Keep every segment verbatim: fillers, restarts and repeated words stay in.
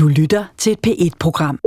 Du lytter til et P et program.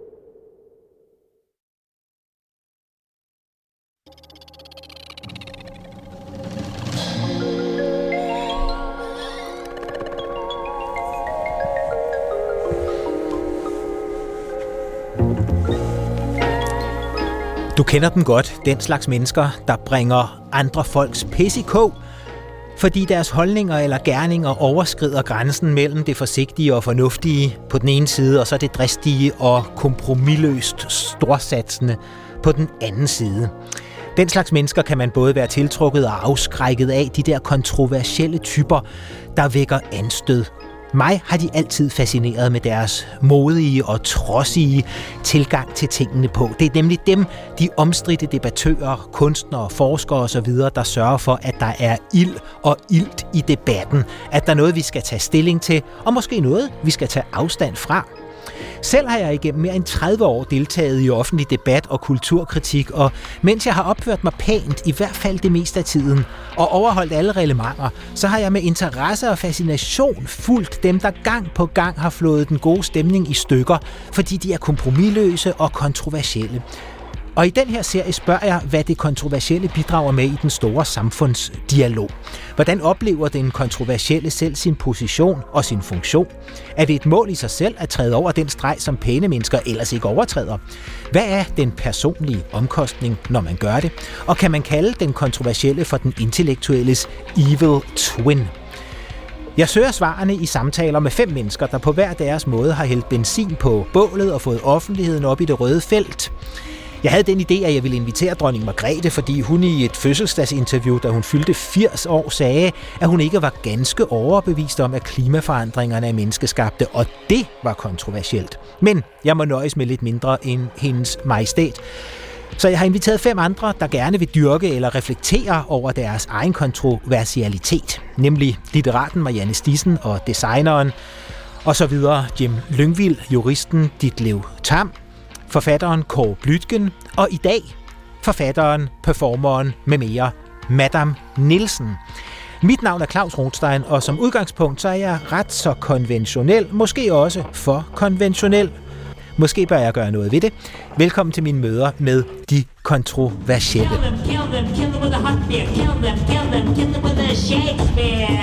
Du kender dem godt, den slags mennesker, der bringer andre folks pis i kog, fordi deres holdninger eller gerninger overskrider grænsen mellem det forsigtige og fornuftige på den ene side, og så det dristige og kompromisløst storsatsende på den anden side. Den slags mennesker kan man både være tiltrukket og afskrækket af, de der kontroversielle typer, der vækker anstød. Mig har de altid fascineret med deres modige og trodsige tilgang til tingene på. Det er nemlig dem, de omstridte debattører, kunstnere, forskere osv., der sørger for, at der er ild og ilt i debatten. At der er noget, vi skal tage stilling til, og måske noget, vi skal tage afstand fra. Selv har jeg igennem mere end tredive år deltaget i offentlig debat og kulturkritik, og mens jeg har opført mig pænt, i hvert fald det meste af tiden, og overholdt alle reglementer, så har jeg med interesse og fascination fulgt dem, der gang på gang har flået den gode stemning i stykker, fordi de er kompromisløse og kontroversielle. Og i den her serie spørger jeg, hvad det kontroversielle bidrager med i den store samfundsdialog. Hvordan oplever den kontroversielle selv sin position og sin funktion? Er det et mål i sig selv at træde over den streg, som pæne mennesker ellers ikke overtræder? Hvad er den personlige omkostning, når man gør det? Og kan man kalde den kontroversielle for den intellektuelles evil twin? Jeg søger svarene i samtaler med fem mennesker, der på hver deres måde har hældt benzin på bålet og fået offentligheden op i det røde felt. Jeg havde den idé, at jeg ville invitere dronning Margrethe, fordi hun i et fødselsdagsinterview, da hun fyldte firs år, sagde, at hun ikke var ganske overbevist om, at klimaforandringerne er menneskeskabte, og det var kontroversielt. Men jeg må nøjes med lidt mindre end hendes majestæt. Så jeg har inviteret fem andre, der gerne vil dyrke eller reflektere over deres egen kontroversialitet, nemlig litteraten Marianne Stissen og designeren, og så videre Jim Lyngvild, juristen Ditlev Tamm, forfatteren Kåre Blytgen, og i dag forfatteren, performeren med mere, Madame Nielsen. Mit navn er Claus Rothstein, og som udgangspunkt så er jeg ret så konventionel, måske også for konventionel. Måske bør jeg gøre noget ved det. Velkommen til mine møder med de kontroversielle. Kill them, kill them, kill them with a hot beer. Kill them, kill them, kill them with a Shakespeare.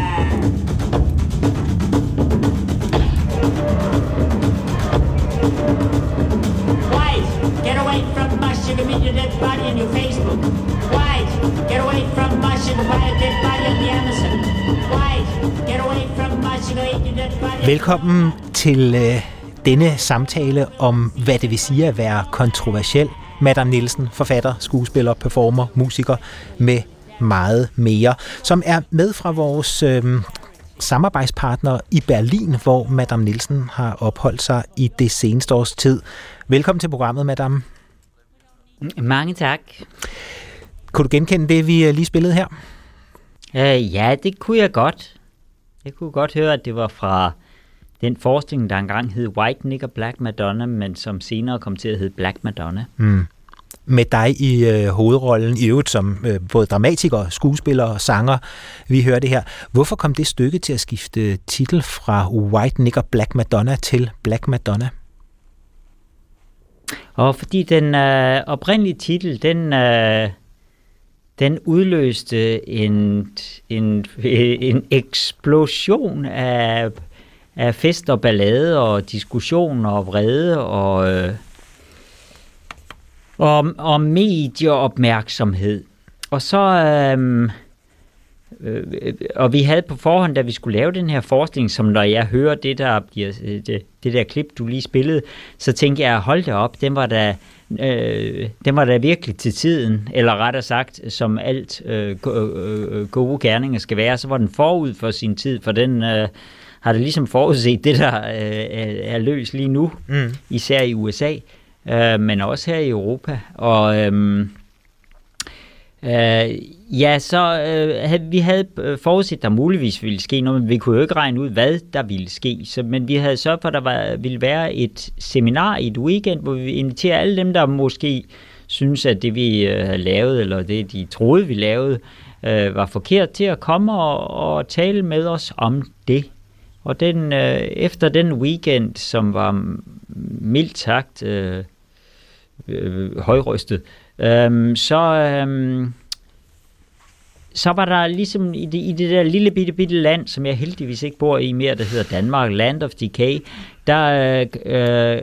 Get away from mush, you can meet your dead body on your Facebook. White, get away from mush, you can find a dead body on the Amazon. White, get away from mush, you can eat your dead body. Velkommen til øh, denne samtale om, hvad det vil sige at være kontroversiel. Madame Nielsen, forfatter, skuespiller, performer, musiker med meget mere, som er med fra vores øh, samarbejdspartner i Berlin, hvor Madame Nielsen har opholdt sig i det seneste års tid. Velkommen til programmet, Madame. Mange tak. Kunne du genkende det, vi lige spillede her? Uh, ja, det kunne jeg godt. Jeg kunne godt høre, at det var fra den forestilling, der engang hed White Nigger Black Madonna, men som senere kom til at hedde Black Madonna. Mm. Med dig i øh, hovedrollen, i øvrigt som øh, både dramatiker, skuespiller og sanger, vi hører det her. Hvorfor kom det stykke til at skifte titel fra White Nigger Black Madonna til Black Madonna? Og fordi den øh, oprindelige titel, den, øh, den udløste en, en, en eksplosion af, af fest og ballade og diskussion og vrede og, øh, og, og medieopmærksomhed. Og så... Øh, og vi havde på forhånd, da vi skulle lave den her forestilling, som når jeg hører det der bliver det, det der klip du lige spillede, så tænkte jeg, hold da op, den var da øh, den var da virkelig til tiden, eller rettere sagt, som alt øh, gode gerninger skal være, så var den forud for sin tid, for den øh, har det ligesom forudset det der øh, er løs lige nu, mm. især i U S A, øh, men også her i Europa, og øh, Uh, ja, så uh, havde, vi havde forudset, der muligvis ville ske noget, men vi kunne jo ikke regne ud, hvad der ville ske. Så, men vi havde sørget for, at der var, ville være et seminar i et weekend, hvor vi inviterer alle dem, der måske synes, at det vi uh, havde lavet, eller det de troede, vi lavede, uh, var forkert, til at komme og, og tale med os om det. Og den, øh, efter den weekend, som var mildt sagt øh, øh, højrystet, øh, så, øh, så var der ligesom i det, i det der lille bitte, bitte land, som jeg heldigvis ikke bor i mere, der hedder Danmark, Land of Decay, der, øh,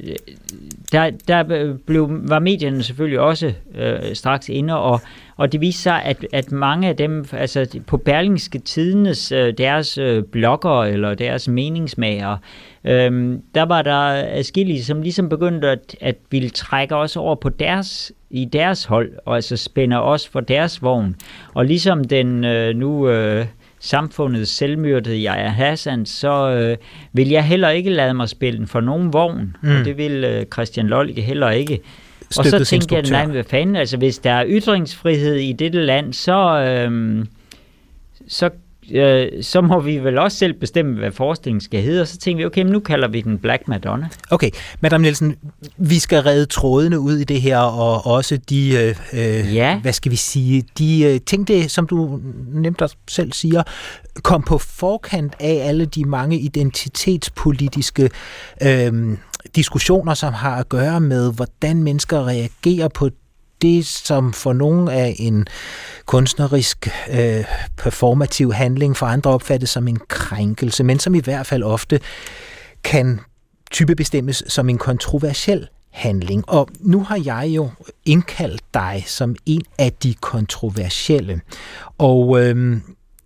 der, der blev, var medierne selvfølgelig også øh, straks inde, og, og det viste sig, at, at mange af dem, altså på Berlingske Tidendes, øh, deres øh, blogger eller deres meningsmagere, øh, der var der adskillige, som ligesom begyndte at, at ville trække også over på deres, i deres hold, og altså spænder også for deres vogn. Og ligesom den øh, nu... Øh, samfundets selvmyrdede Yahya Hassan, så øh, vil jeg heller ikke lade mig spille den for nogen vogn, mm. og det vil øh, Christian Lolke heller ikke. Støttets og så tænker jeg, nej, hvad fanden, altså hvis der er ytringsfrihed i dette land, så, øh, så, øh, så må vi vel også selv bestemme, hvad forestillingen skal hedde, og så tænker vi, okay, men nu kalder vi den Black Madonna. Okay, Madame Nielsen, vi skal redde trådene ud i det her, og også de, øh, ja. hvad skal vi sige, de øh, ting, det, som du nemt selv siger, kom på forkant af alle de mange identitetspolitiske øh, diskussioner, som har at gøre med, hvordan mennesker reagerer på det, som for nogen er en kunstnerisk øh, performativ handling, for andre opfattes som en krænkelse, men som i hvert fald ofte kan typebestemmes som en kontroversiel handling. Og nu har jeg jo indkaldt dig som en af de kontroversielle. Og øh,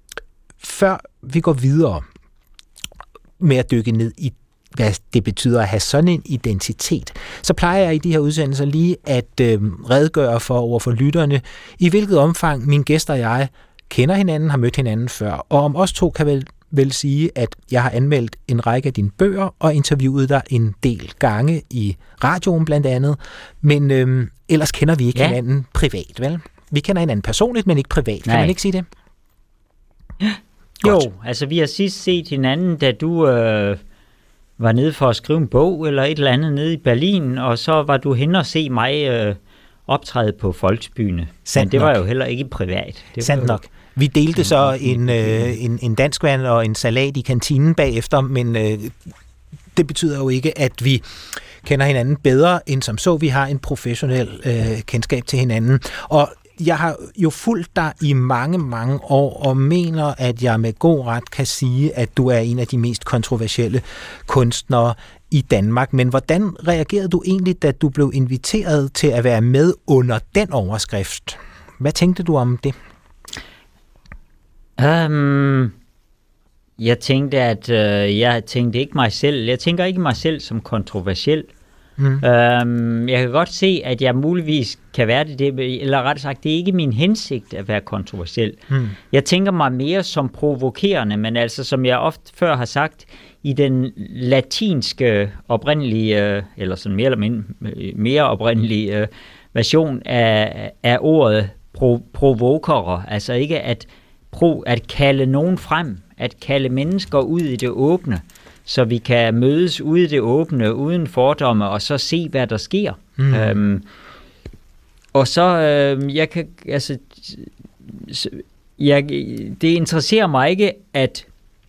før vi går videre med at dykke ned i hvad det betyder at have sådan en identitet, så plejer jeg i de her udsendelser lige at øh, redegøre for over for lytterne, i hvilket omfang mine gæster og jeg kender hinanden, har mødt hinanden før. Og om os to kan vel, vel sige, at jeg har anmeldt en række af dine bøger og interviewet dig en del gange i radioen blandt andet, men øh, ellers kender vi ikke ja. hinanden privat, vel? Vi kender hinanden personligt, men ikke privat. Kan Nej. man ikke sige det? Jo, altså vi har sidst set hinanden, da du... Øh var nede for at skrive en bog eller et eller andet nede i Berlin, og så var du hen og se mig øh, optræde på Folksbyene. Sandt Men det nok. var jo heller ikke privat. Det Sandt var nok. Vi delte så en, øh, en, en danskvand og en salat i kantinen bagefter, men øh, det betyder jo ikke, at vi kender hinanden bedre end som så. Vi har en professionel øh, kendskab til hinanden. Og jeg har jo fulgt dig i mange, mange år, og mener, at jeg med god ret kan sige, at du er en af de mest kontroversielle kunstnere i Danmark. Men hvordan reagerede du egentlig, da du blev inviteret til at være med under den overskrift? Hvad tænkte du om det? Um, jeg tænkte, at øh, jeg tænkte ikke mig selv. Jeg tænker ikke mig selv som kontroversiel. Mm. Øhm, jeg kan godt se, at jeg muligvis kan være det, det, eller rettere sagt, det er ikke min hensigt at være kontroversiel. Mm. Jeg tænker mig mere som provokerende, men altså som jeg ofte før har sagt, i den latinske oprindelige, eller sådan mere eller mindre mere oprindelige version af, af ordet pro, provokere, altså ikke at, pro, at kalde nogen frem, at kalde mennesker ud i det åbne, så vi kan mødes ude i det åbne, uden fordomme, og så se, hvad der sker. Mm. Øhm, og så, øh, jeg kan, altså, jeg, det interesserer mig ikke, at,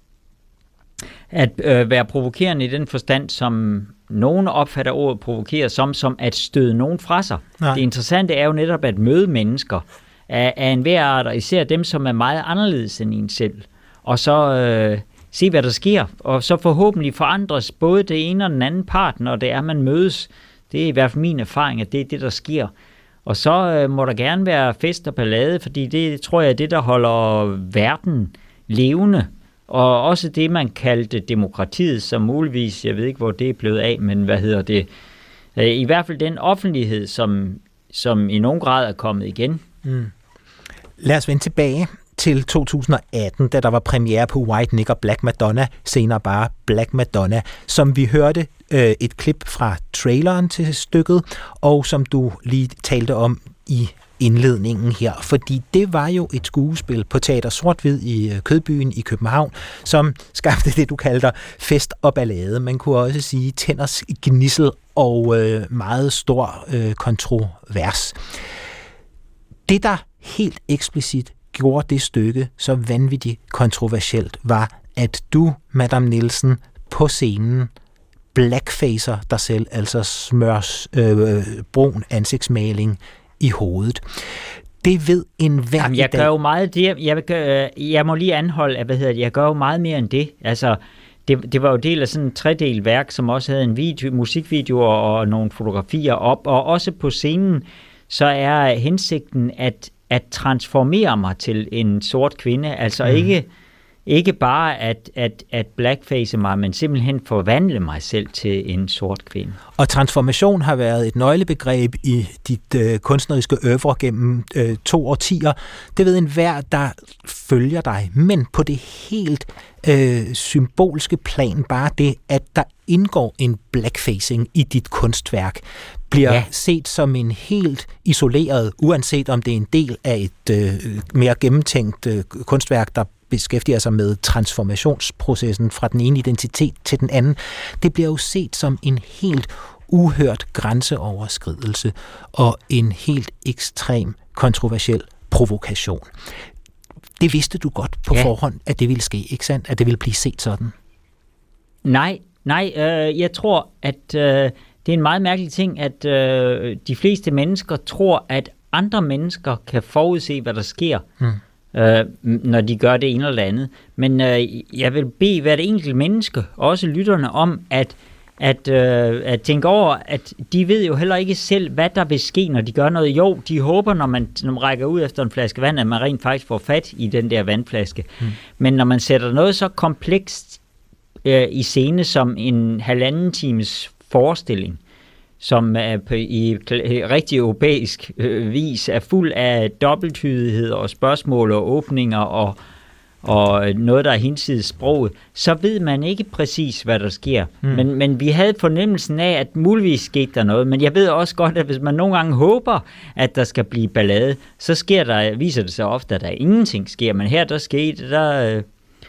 at øh, være provokerende i den forstand, som nogen opfatter ordet provokere som, som at støde nogen fra sig. Nej. Det interessante er jo netop at møde mennesker af, af enhver art, og især dem, som er meget anderledes end en selv. Og så... Øh, se, hvad der sker, og så forhåbentlig forandres både det ene og den anden part, når det er, man mødes. Det er i hvert fald min erfaring, at det er det, der sker. Og så øh, må der gerne være fest og ballade, fordi det tror jeg er det, der holder verden levende. Og også det, man kaldte demokratiet, som muligvis, jeg ved ikke, hvor det er blevet af, men hvad hedder det? I hvert fald den offentlighed, som, som i nogen grad er kommet igen. Mm. Lad os vende tilbage til to tusind og atten, da der var premiere på White Nigger Black Madonna, senere bare Black Madonna, som vi hørte øh, et klip fra traileren til stykket, og som du lige talte om i indledningen her, fordi det var jo et skuespil på Teater Sort-Hvid i Kødbyen i København, som skabte det, du kalder fest og ballade. Man kunne også sige tænders gnissel og øh, meget stor øh, kontrovers. Det, der helt eksplicit gjorde det stykke så vanvittigt kontroversielt, var at du, Madame Nielsen, på scenen blackfacer dig selv, altså smørs øh, brun ansigtsmaling i hovedet. Det ved enhver Jamen, jeg gør jo meget det. Jeg, gør, jeg må lige anholde, at hvad hedder det, jeg gør jo meget mere end det. Altså, det, det var jo del af sådan en tredel værk, som også havde en video, musikvideo og nogle fotografier op, og også på scenen, så er hensigten at, at transformere mig til en sort kvinde. Altså mm. ikke, ikke bare at, at, at blackface mig, men simpelthen forvandle mig selv til en sort kvinde. Og transformation har været et nøglebegreb i dit øh, kunstneriske øvre gennem øh, to årtier. Det ved enhver, der følger dig. Men på det helt øh, symbolske plan, bare det, at der indgår en blackfacing i dit kunstværk, bliver ja. set som en helt isoleret, uanset om det er en del af et øh, mere gennemtænkt øh, kunstværk, der beskæftiger sig med transformationsprocessen fra den ene identitet til den anden. Det bliver jo set som en helt uhørt grænseoverskridelse og en helt ekstrem kontroversiel provokation. Det vidste du godt på ja. forhånd, at det ville ske, ikke sandt? At det ville blive set sådan? Nej, nej. Øh, jeg tror, at øh, det er en meget mærkelig ting, at øh, de fleste mennesker tror, at andre mennesker kan forudse, hvad der sker. Hmm. Øh, når de gør det ene eller andet. Men øh, jeg vil bede hvert enkelt menneske, også lytterne, om at, at, øh, at tænke over, at de ved jo heller ikke selv, hvad der vil ske, når de gør noget. Jo, de håber, når man, når man rækker ud efter en flaske vand, at man rent faktisk får fat i den der vandflaske. Hmm. Men når man sætter noget så komplekst øh, i scene som en halvanden times forestilling, som er på, i rigtig europæisk øh, vis er fuld af dobbelttydighed og spørgsmål og åbninger og, og noget, der er hinsides sproget, så ved man ikke præcis, hvad der sker. Mm. Men, men vi havde fornemmelsen af, at muligvis skete der noget, men jeg ved også godt, at hvis man nogle gange håber, at der skal blive ballade, så sker der, viser det sig ofte, at der ingenting sker, men her der skete, der...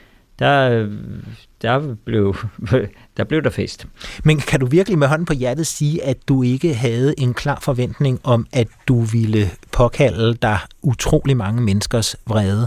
der Der blev, der blev der fest. Men kan du virkelig med hånden på hjertet sige, at du ikke havde en klar forventning om, at du ville påkalde dig utrolig mange menneskers vrede?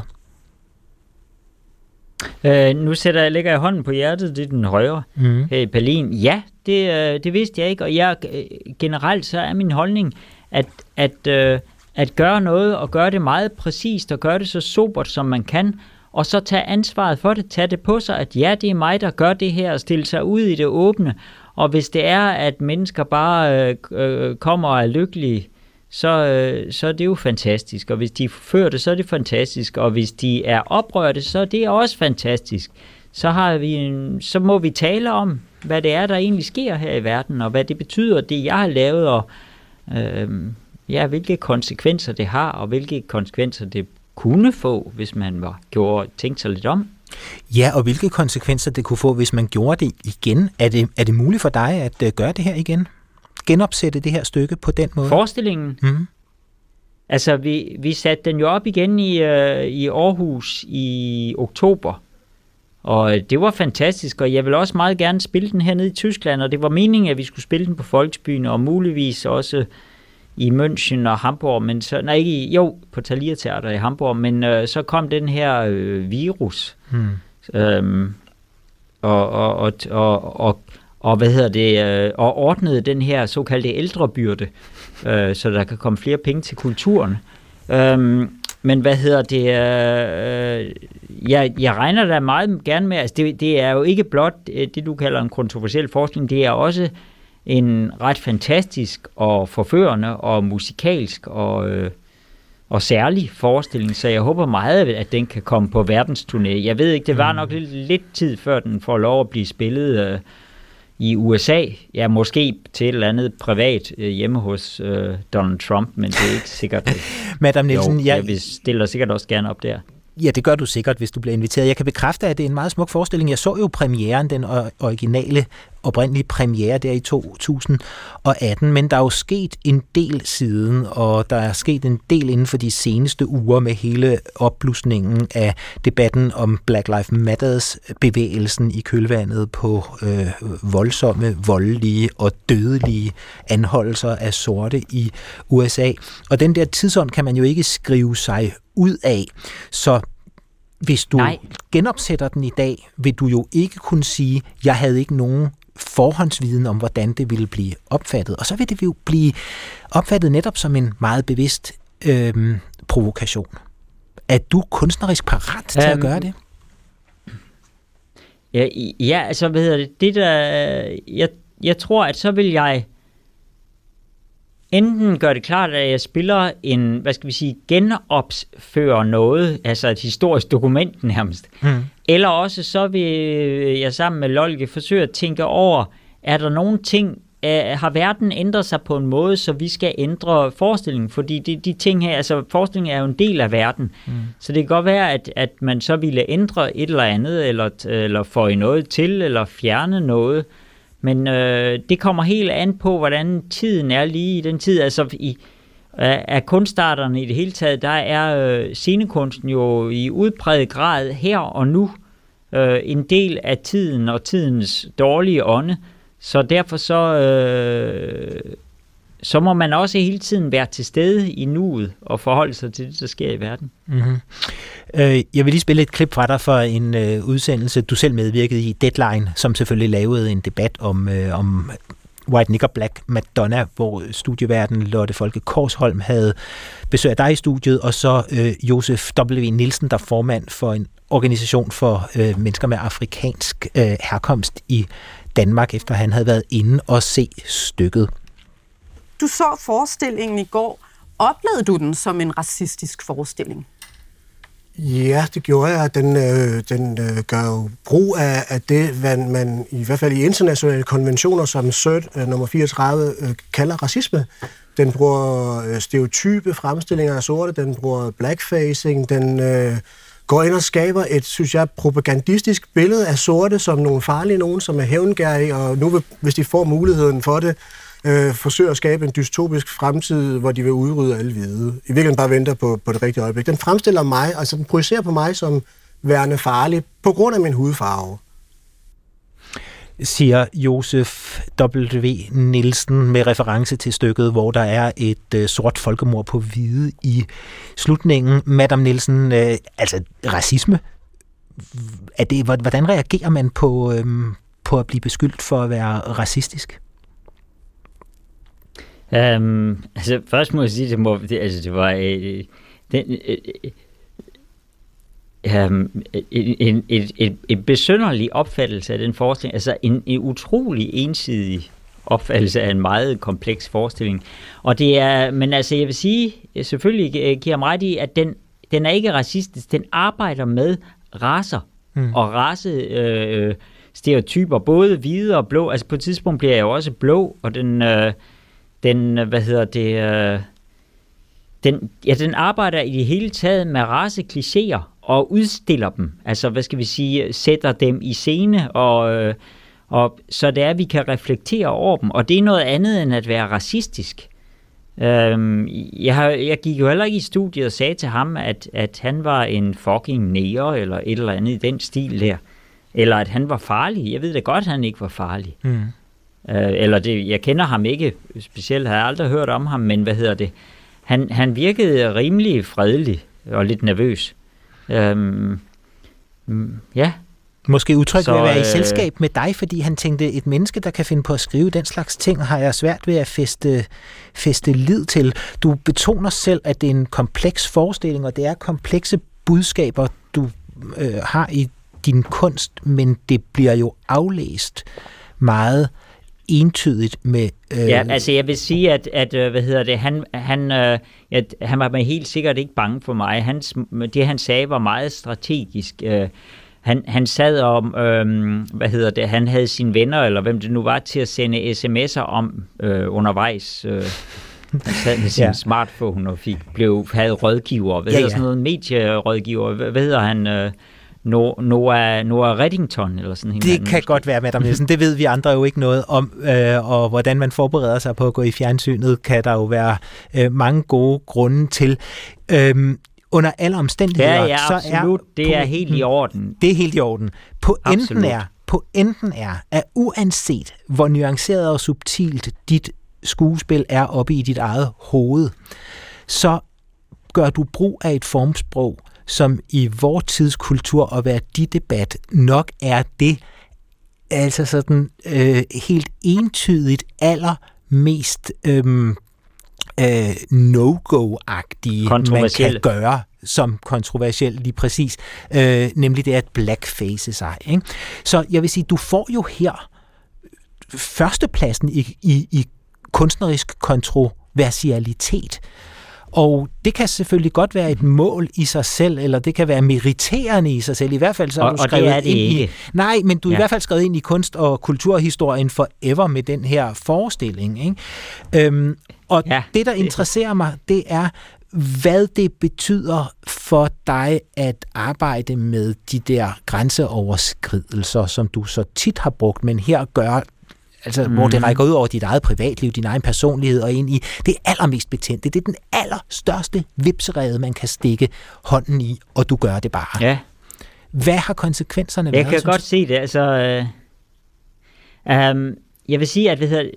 Øh, nu sætter jeg, lægger jeg hånden på hjertet, det er den højre mm. her i Berlin. Ja, det, det vidste jeg ikke, og jeg, generelt så er min holdning, at, at, at gøre noget og gøre det meget præcist og gøre det så sobert, som man kan, og så tage ansvaret for det, tage det på sig, at ja, det er mig, der gør det her, og stille sig ud i det åbne. Og hvis det er, at mennesker bare øh, kommer og er lykkelige, så, øh, så er det jo fantastisk. Og hvis de fører det, så er det fantastisk. Og hvis de er oprørte, så er det også fantastisk. Så, har vi en, så må vi tale om, hvad det er, der egentlig sker her i verden, og hvad det betyder, det jeg har lavet, og øh, ja, hvilke konsekvenser det har, og hvilke konsekvenser det kunne få, hvis man var gjorde tænkt sig lidt om. Ja, og hvilke konsekvenser det kunne få, hvis man gjorde det igen? Er det, er det muligt for dig at uh, gøre det her igen? Genopsætte det her stykke på den måde? Forestillingen? Mm. Altså, vi, vi satte den jo op igen i, uh, i Aarhus i oktober, og det var fantastisk, og jeg vil også meget gerne spille den her nede i Tyskland, og det var meningen, at vi skulle spille den på Volksbühne, og muligvis også i München og Hamburg, men så, nej, ikke i, jo, på Thalia Teater i Hamburg, men øh, så kom den her øh, virus, hmm. øhm, og, og, og, og, og, og, hvad hedder det, øh, og ordnede den her såkaldte ældrebyrde, øh, så der kan komme flere penge til kulturen. Øhm, men hvad hedder det, øh, jeg, jeg regner da meget gerne med, altså det, det er jo ikke blot det, du kalder en kontroversiel forskning, det er også en ret fantastisk og forførende og musikalsk og, øh, og særlig forestilling, så jeg håber meget, at den kan komme på verdensturné. Jeg ved ikke, det var nok lidt, lidt tid før den får lov at blive spillet øh, i U S A. Ja, måske til et eller andet privat øh, hjemme hos øh, Donald Trump, men det er ikke sikkert. Madame Nielsen, jo, jeg, jeg stiller sikkert også gerne op der. Ja, det gør du sikkert, hvis du bliver inviteret. Jeg kan bekræfte, at det er en meget smuk forestilling. Jeg så jo premieren, den originale, oprindelige premiere der i to tusind og atten, men der er jo sket en del siden, og der er sket en del inden for de seneste uger med hele opblusningen af debatten om Black Lives Matters bevægelsen i kølvandet på øh, voldsomme, voldelige og dødelige anholdelser af sorte i U S A. Og den der tidsånd kan man jo ikke skrive sig ud af. Så Hvis du Nej. genopsætter den i dag, vil du jo ikke kunne sige, jeg havde ikke nogen forhåndsviden om, hvordan det ville blive opfattet. Og så vil det jo blive opfattet netop som en meget bevidst øhm, provokation. Er du kunstnerisk parat til um, at gøre det? Ja, ja, altså, hvad hedder det? det der, jeg, jeg tror, at så vil jeg enten gøre det klart, at jeg spiller en, hvad skal vi sige, genopfører noget, altså et historisk dokument nærmest. Mm. Eller også så vil jeg sammen med Lolke forsøge at tænke over, er der nogle ting, er, har verden ændret sig på en måde, så vi skal ændre forestillingen? Fordi de, de ting her, altså forestillingen er jo en del af verden. Mm. Så det kan godt være, at, at man så ville ændre et eller andet, eller, eller få noget til, eller fjerne noget. Men øh, det kommer helt an på, hvordan tiden er lige i den tid. Altså i, af, af kunstarterne i det hele taget, der er øh, scenekunsten jo i udpræget grad her og nu øh, en del af tiden og tidens dårlige ånde. Så derfor så, øh, så må man også hele tiden være til stede i nuet og forholde sig til det, der sker i verden. Mm-hmm. Øh, jeg vil lige spille et klip fra dig for en øh, udsendelse, du selv medvirkede i, Deadline, som selvfølgelig lavede en debat om, øh, om White Nigger Black Madonna, hvor studieverden Lotte Folke Korsholm havde besøgt dig i studiet, og så øh, Josef W. Nielsen, der er formand for en organisation for øh, mennesker med afrikansk øh, herkomst i Danmark, efter han havde været inde og se stykket. Du så forestillingen i går. Oplevede du den som en racistisk forestilling? Ja, det gjorde jeg. Den, øh, den øh, gør jo brug af, af det, hvad man i hvert fald i internationale konventioner som C E R T øh, nummer fireogtredive øh, kalder racisme. Den bruger øh, stereotype fremstillinger af sorte, den bruger blackfacing, den øh, går ind og skaber et, synes jeg, propagandistisk billede af sorte som nogle farlige nogen, som er hævngærige, og nu, vil, hvis de får muligheden for det, øh, forsøger at skabe en dystopisk fremtid, hvor de vil udrydde alle hvide. I virkeligheden bare venter på, på det rigtige øjeblik. Den fremstiller mig, altså den projicerer på mig som værende farlig, på grund af min hudfarve. Siger Josef W. Nielsen med reference til stykket, hvor der er et øh, sort folkemord på hvide i slutningen. Madame Nielsen, øh, altså racisme, er det, hvordan reagerer man på, øh, på at blive beskyldt for at være racistisk? Um, altså først må jeg sige, det, må, det, altså, det var øh, den, øh, Um, en, en, en, en besynderlig opfattelse af den forestilling, altså en, en utrolig ensidig opfattelse af en meget kompleks forestilling. Og det er, men altså jeg vil sige, jeg selvfølgelig giver mig ret i, at den, den er ikke racistisk, den arbejder med racer mm. og race øh, stereotyper, både hvide og blå. Altså på et tidspunkt bliver jeg jo også blå, og den, øh, den hvad hedder det, øh, den, ja, den arbejder i det hele taget med raceklichéer og udstiller dem, altså hvad skal vi sige, sætter dem i scene, og, øh, og så det er, at vi kan reflektere over dem, og det er noget andet end at være racistisk. Øhm, jeg, har, jeg gik jo heller ikke i studiet og sagde til ham, at, at han var en fucking næger, eller et eller andet i den stil der, eller at han var farlig. Jeg ved da godt, at han ikke var farlig. Mm. Øh, eller det, jeg kender ham ikke, specielt har jeg aldrig hørt om ham, men hvad hedder det, han, han virkede rimelig fredelig og lidt nervøs. Øhm, ja. Måske udtryk ved at være i selskab med dig, fordi han tænkte, et menneske, der kan finde på at skrive den slags ting, har jeg svært ved at feste, feste lid til. Du betoner selv, at det er en kompleks forestilling, og det er komplekse budskaber, du øh, har i din kunst, men det bliver jo aflæst meget entydigt med... Øh... Ja, altså jeg vil sige, at, at hvad hedder det, han, han, øh, at, han var helt sikkert ikke bange for mig. Hans, det han sagde var meget strategisk. Øh, han, han sad om, øh, hvad hedder det, han havde sine venner, eller hvem det nu var, til at sende sms'er om øh, undervejs. Øh, han sad med sin ja. smartphone og fik, blev, havde rådgiver. Hvad ja, hedder ja. sådan noget, medierådgiver? Hvad, hvad hedder han... Øh, Noah, Noah Reddington eller sådan noget. Det kan måske godt være, Madame Nielsen. Det ved vi andre jo ikke noget om, øh, og hvordan man forbereder sig på at gå i fjernsynet, kan der jo være øh, mange gode grunde til. Øh, under alle omstændigheder, ja, ja, så er... Det er helt i orden. Det er helt i orden. Pointen er, pointen er, at uanset hvor nuanceret og subtilt dit skuespil er oppe i dit eget hoved, så gør du brug af et formsprog, som i vores tidskultur og værdidebat nok er det, altså sådan øh, helt entydigt allermest øh, øh, no-go-agtige, man kan gøre som kontroversielt lige præcis, øh, nemlig det at blackface sig. Ikke? Så jeg vil sige, du får jo her førstepladsen i, i, i kunstnerisk kontroversialitet. Og det kan selvfølgelig godt være et mål i sig selv, eller det kan være meriterende i sig selv. I hvert fald så har og, du skrevet og det er det ind ikke. i... Nej, men du er ja. i hvert fald skrevet ind i kunst- og kulturhistorien forever med den her forestilling. Ikke? Øhm, og ja, det, der interesserer mig, det er, hvad det betyder for dig at arbejde med de der grænseoverskridelser, som du så tit har brugt, men her gør, altså mm. hvor det rækker ud over dit eget privatliv, din egen personlighed og ind i det allermest betændte. Det er den allerstørste vipserede, man kan stikke hånden i, og du gør det bare. Ja. Hvad har konsekvenserne været? Jeg kan godt se det. Altså, øh, øh, jeg vil sige, at hvad hedder,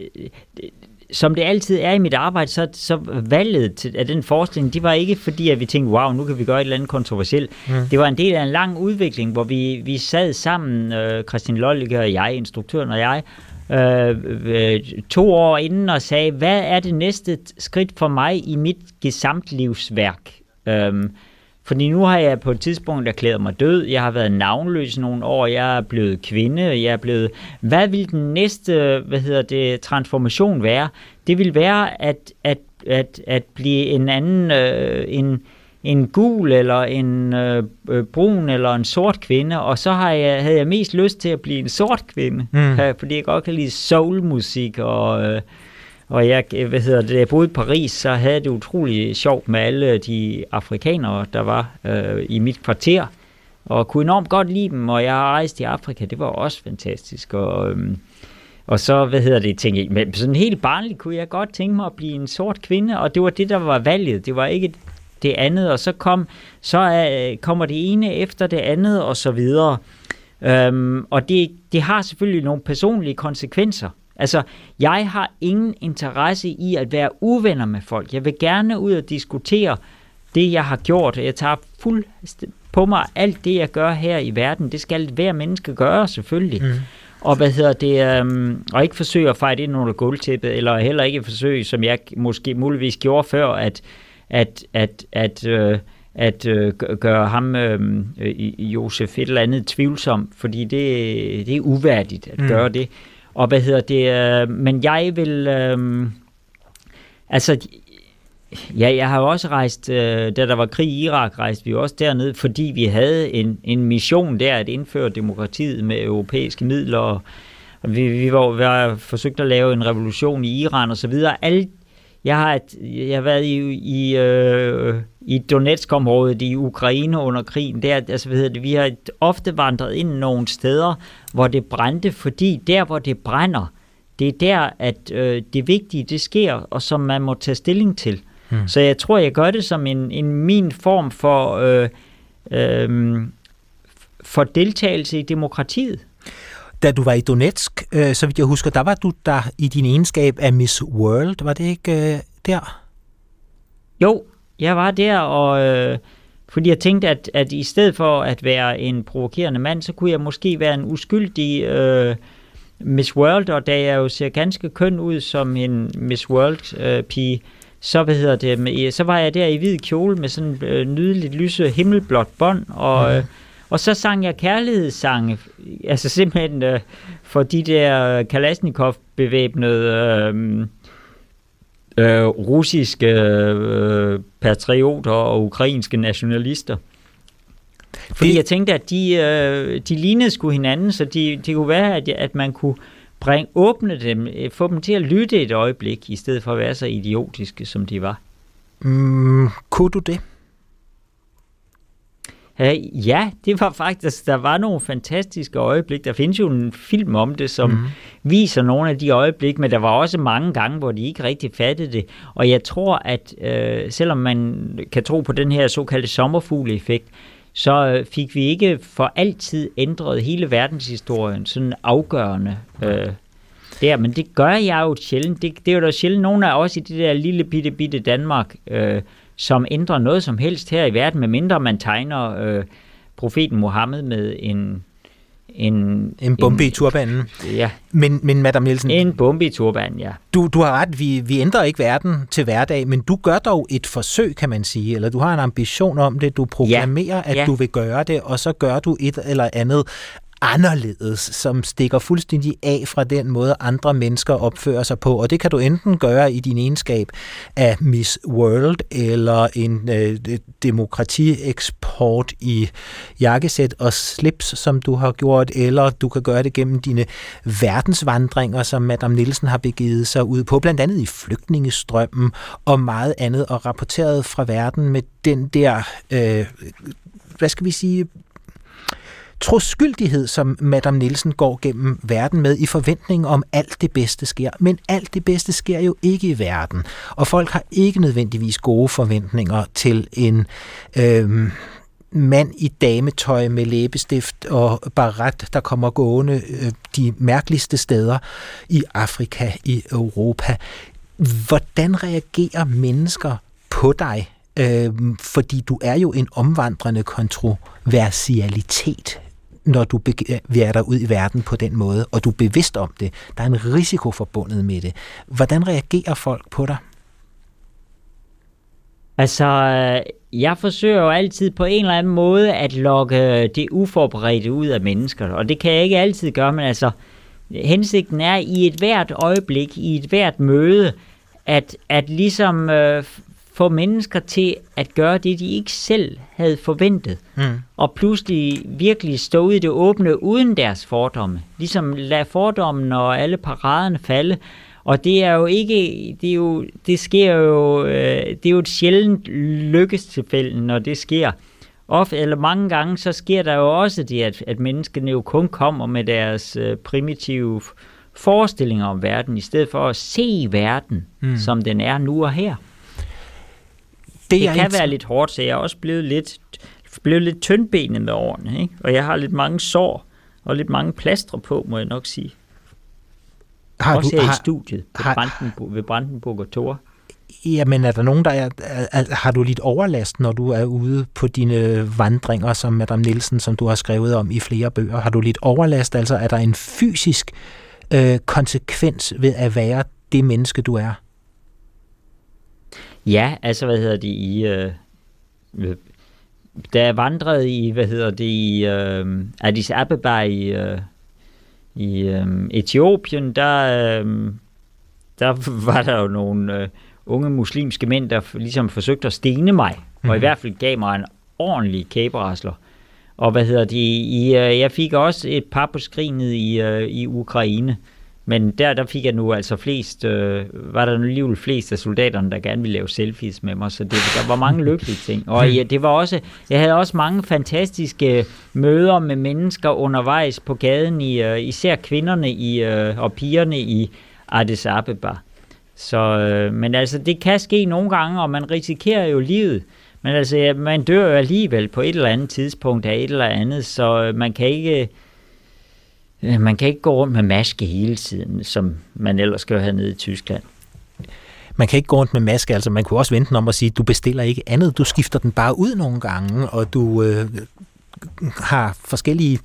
som det altid er i mit arbejde, så, så valget til, af den forestilling, det var ikke fordi, at vi tænkte, wow, nu kan vi gøre et eller andet kontroversielt. Mm. Det var en del af en lang udvikling, hvor vi, vi sad sammen, øh, Christian Lollicke og jeg, instruktøren og jeg, øh, øh, to år inden og sagde, hvad er det næste skridt for mig i mit gesamtlivsværk? Øh, Fordi nu har jeg på et tidspunkt erklæret mig død, jeg har været navnløs nogle år, jeg er blevet kvinde, jeg er blevet... Hvad vil den næste, hvad hedder det, transformation være? Det vil være at, at, at, at blive en anden, øh, en, en gul eller en øh, brun eller en sort kvinde, og så har jeg, havde jeg mest lyst til at blive en sort kvinde, mm. fordi jeg godt kan lide soulmusik og... Øh, Og jeg, hvad hedder det, jeg boede i Paris, så havde det utrolig sjovt med alle de afrikanere, der var øh, i mit kvarter, og kunne enormt godt lide dem, og jeg har rejst i Afrika, det var også fantastisk, og, øhm, og så, hvad hedder det, tænkte jeg, men sådan helt barnligt kunne jeg godt tænke mig at blive en sort kvinde, og det var det, der var valget, det var ikke det andet, og så kom, så øh, kommer det ene efter det andet, og så videre, øhm, og det, det har selvfølgelig nogle personlige konsekvenser. Altså, jeg har ingen interesse i at være uvenner med folk. Jeg vil gerne ud og diskutere det, jeg har gjort. Jeg tager fuld på mig alt det, jeg gør her i verden. Det skal hver menneske gøre, selvfølgelig. Mm. Og hvad hedder det, øhm, og ikke forsøge at fejre ind under gulvtæppet, eller heller ikke forsøge, som jeg måske muligvis gjorde før, at, at, at, at, øh, at øh, gøre ham, øh, Josef, et eller andet tvivlsom, fordi det, det er uværdigt at mm. gøre det. Og hvad hedder det, øh, men jeg vil, øh, altså, ja, jeg har jo også rejst, øh, da der var krig i Irak, rejste vi også derned, fordi vi havde en, en mission der, at indføre demokratiet med europæiske midler, og, og vi, vi var, vi var forsøgt at lave en revolution i Iran og så videre. Alle, jeg har, et, jeg har været i, i, øh, i Donetsk-området i Ukraine under krigen. Der, altså, hvad hedder det, vi har ofte vandret ind nogle steder, hvor det brændte, fordi der, hvor det brænder, det er der, at øh, det vigtige, det sker, og som man må tage stilling til. Hmm. Så jeg tror, jeg gør det som en, en min form for, øh, øh, for deltagelse i demokratiet. Da du var i Donetsk, øh, så vidt jeg husker, der var du der i din egenskab af Miss World. Var det ikke øh, der? Jo, jeg var der, og øh, fordi jeg tænkte, at, at i stedet for at være en provokerende mand, så kunne jeg måske være en uskyldig øh, Miss World, og da jeg jo ser ganske køn ud som en Miss World-pige, øh, så, hvad hedder det, med, så var jeg der i hvid kjole med sådan øh, nydeligt lyse himmelblåt bånd, og... Mm. Øh, Og så sang jeg kærlighedssange, altså simpelthen øh, for de der Kalashnikov-bevæbnede øh, øh, russiske øh, patrioter og ukrainske nationalister. Fordi det... jeg tænkte, at de, øh, de lignede sgu hinanden, så de, det kunne være, at, at man kunne bringe, åbne dem, få dem til at lytte et øjeblik, i stedet for at være så idiotiske, som de var. Mm, kunne du det? Uh, ja, det var faktisk, der var nogle fantastiske øjeblik. Der findes jo en film om det, som mm. viser nogle af de øjeblik, men der var også mange gange, hvor de ikke rigtig fattede det. Og jeg tror, at uh, selvom man kan tro på den her såkaldte sommerfugle-effekt, så uh, fik vi ikke for altid ændret hele verdenshistorien sådan afgørende uh, der. Men det gør jeg jo sjældent. Det, det er jo da sjældent nogen af os i det der lille bitte bitte Danmark, uh, som ændrer noget som helst her i verden, medmindre man tegner øh, profeten Mohammed med en... En, en bombe en, i turbanen. Ja. Men, men Madame Nielsen... En bombe i turbanen, ja. Du, du har ret, vi, vi ændrer ikke verden til hverdag, men du gør dog et forsøg, kan man sige, eller du har en ambition om det, du proklamerer, ja. at ja. du vil gøre det, og så gør du et eller andet anderledes, som stikker fuldstændig af fra den måde, andre mennesker opfører sig på. Og det kan du enten gøre i din egenskab af Miss World, eller en øh, demokratieksport i jakkesæt og slips, som du har gjort, eller du kan gøre det gennem dine verdensvandringer, som Madame Nielsen har begivet sig ud på, blandt andet i flygtningestrømmen og meget andet, og rapporteret fra verden med den der, øh, hvad skal vi sige, troskyldighed, som Madame Nielsen går gennem verden med i forventning om, alt det bedste sker. Men alt det bedste sker jo ikke i verden. Og folk har ikke nødvendigvis gode forventninger til en øh, mand i dametøj med læbestift og baret, der kommer gående øh, de mærkeligste steder i Afrika, i Europa. Hvordan reagerer mennesker på dig? Øh, fordi du er jo en omvandrende kontroversialitet, når du bevæger dig ud i verden på den måde, og du er bevidst om det. Der er en risiko forbundet med det. Hvordan reagerer folk på dig? Altså, jeg forsøger jo altid på en eller anden måde at lokke det uforberedte ud af mennesker, og det kan jeg ikke altid gøre, men altså, hensigten er i et hvert øjeblik, i et hvert møde, at, at ligesom øh, få mennesker til at gøre det, de ikke selv havde forventet. Mm. Og pludselig virkelig stå ud i det åbne uden deres fordomme. Ligesom lade fordommen og alle paraderne falde. Og det er jo ikke, det er jo, det sker jo, det er jo et sjældent lykkestilfælde, når det sker. Ofte, eller mange gange, så sker der jo også det, at, at menneskene jo kun kommer med deres primitive forestillinger om verden, i stedet for at se verden, mm. som den er nu og her. Det, det kan ikke... være lidt hårdt, så jeg er også blevet lidt, blevet lidt tyndbenet med årene, ikke? Og jeg har lidt mange sår og lidt mange plastre på, må jeg nok sige. Har også du, her har, i studiet på har, Brandenburg, ved Brandenburg og Tor. Jamen, er der nogen, der er, er... Har du lidt overlast, når du er ude på dine vandringer, som Madame Nielsen, som du har skrevet om i flere bøger? Har du lidt overlast? Altså, er der en fysisk øh, konsekvens ved at være det menneske, du er? Ja, altså, hvad hedder det, i, øh, da jeg vandrede i, hvad hedder det, i øh, Addis Abeba i, øh, i øh, Etiopien, der, øh, der var der jo nogle øh, unge muslimske mænd, der ligesom forsøgte at stene mig, mm-hmm. og i hvert fald gav mig en ordentlig kæberasler. Og hvad hedder det, i, øh, jeg fik også et par på skrinet i, øh, i Ukraine. Men der, der fik jeg nu altså flest, øh, var der nu alligevel flest af soldaterne, der gerne ville lave selfies med mig, så det, der var mange lykkelige ting. Og ja, det var også, jeg havde også mange fantastiske møder med mennesker undervejs på gaden, i, øh, især kvinderne i, øh, og pigerne i Addis Abeba. Så, øh, men altså, det kan ske nogle gange, og man risikerer jo livet. Men altså, ja, man dør jo alligevel på et eller andet tidspunkt af et eller andet, så øh, man kan ikke... Man kan ikke gå rundt med maske hele tiden, som man ellers skal have nede i Tyskland. Man kan ikke gå rundt med maske, altså man kunne også vente den om at sige, du bestiller ikke andet, du skifter den bare ud nogle gange, og du øh, har forskellige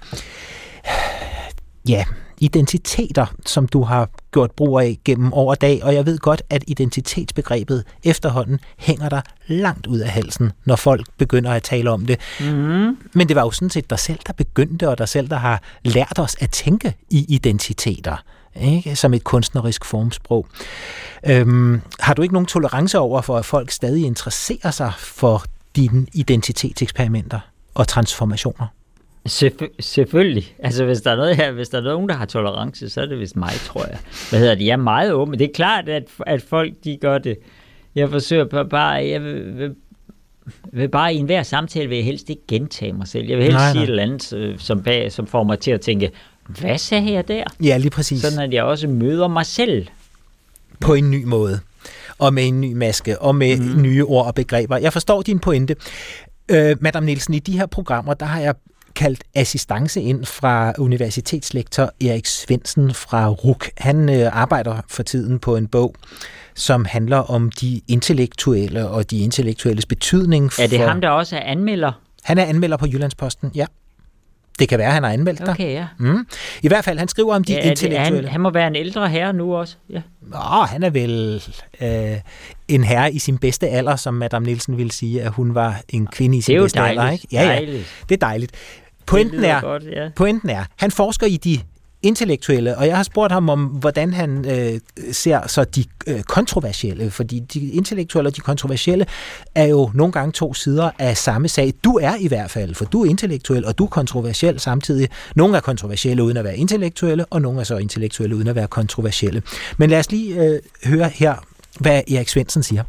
ja, identiteter, som du har gjort brug af gennem år og dag, og jeg ved godt, at identitetsbegrebet efterhånden hænger der langt ud af halsen, når folk begynder at tale om det. Mm. Men det var jo sådan set dig selv, der begyndte, og dig selv, der har lært os at tænke i identiteter, ikke? Som et kunstnerisk formsprog. Øhm, har du ikke nogen tolerance over for, at folk stadig interesserer sig for dine identitetseksperimenter og transformationer? Selvfø- selvfølgelig. Altså, hvis der er noget her, hvis der er nogen, der har tolerance, så er det vist mig, tror jeg. Hvad hedder det? Jeg er meget åben. Det er klart, at, at folk, de gør det. Jeg forsøger bare, jeg vil, vil, vil bare i enhver samtale, vil jeg helst ikke gentage mig selv. Jeg vil helst nej, sige nej. et eller andet, som, bag, som får mig til at tænke, hvad sagde jeg der? Ja, lige præcis. Sådan, at jeg også møder mig selv. På en ny måde. Og med en ny maske, og med mm. nye ord og begreber. Jeg forstår din pointe. Øh, Madame Nielsen, i de her programmer, der har jeg kaldt assistance ind fra universitetslektor Erik Svendsen fra R U C. Han øh, arbejder for tiden på en bog, som handler om de intellektuelle og de intellektuelles betydning for... Er det ham, der også er anmelder? Han er anmelder på Jyllandsposten, ja. Det kan være, at han har anmeldt dig. Okay, ja. Mm. I hvert fald, han skriver om de ja, intellektuelle... Han, han må være en ældre herre nu også, ja. Åh, han er vel øh, en herre i sin bedste alder, som Madame Nielsen ville sige, at hun var en kvinde i sin bedste dejligt. alder. Ikke? Ja, ja, dejligt. det er dejligt. Pointen er, godt, ja. pointen er, han forsker i de intellektuelle, og jeg har spurgt ham om, hvordan han øh, ser så de øh, kontroversielle, fordi de intellektuelle og de kontroversielle er jo nogle gange to sider af samme sag. Du er i hvert fald, for du er intellektuel, og du er kontroversiel samtidig. Nogle er kontroversielle uden at være intellektuelle, og nogle er så intellektuelle uden at være kontroversielle. Men lad os lige øh, høre her, hvad Erik Svendsen siger.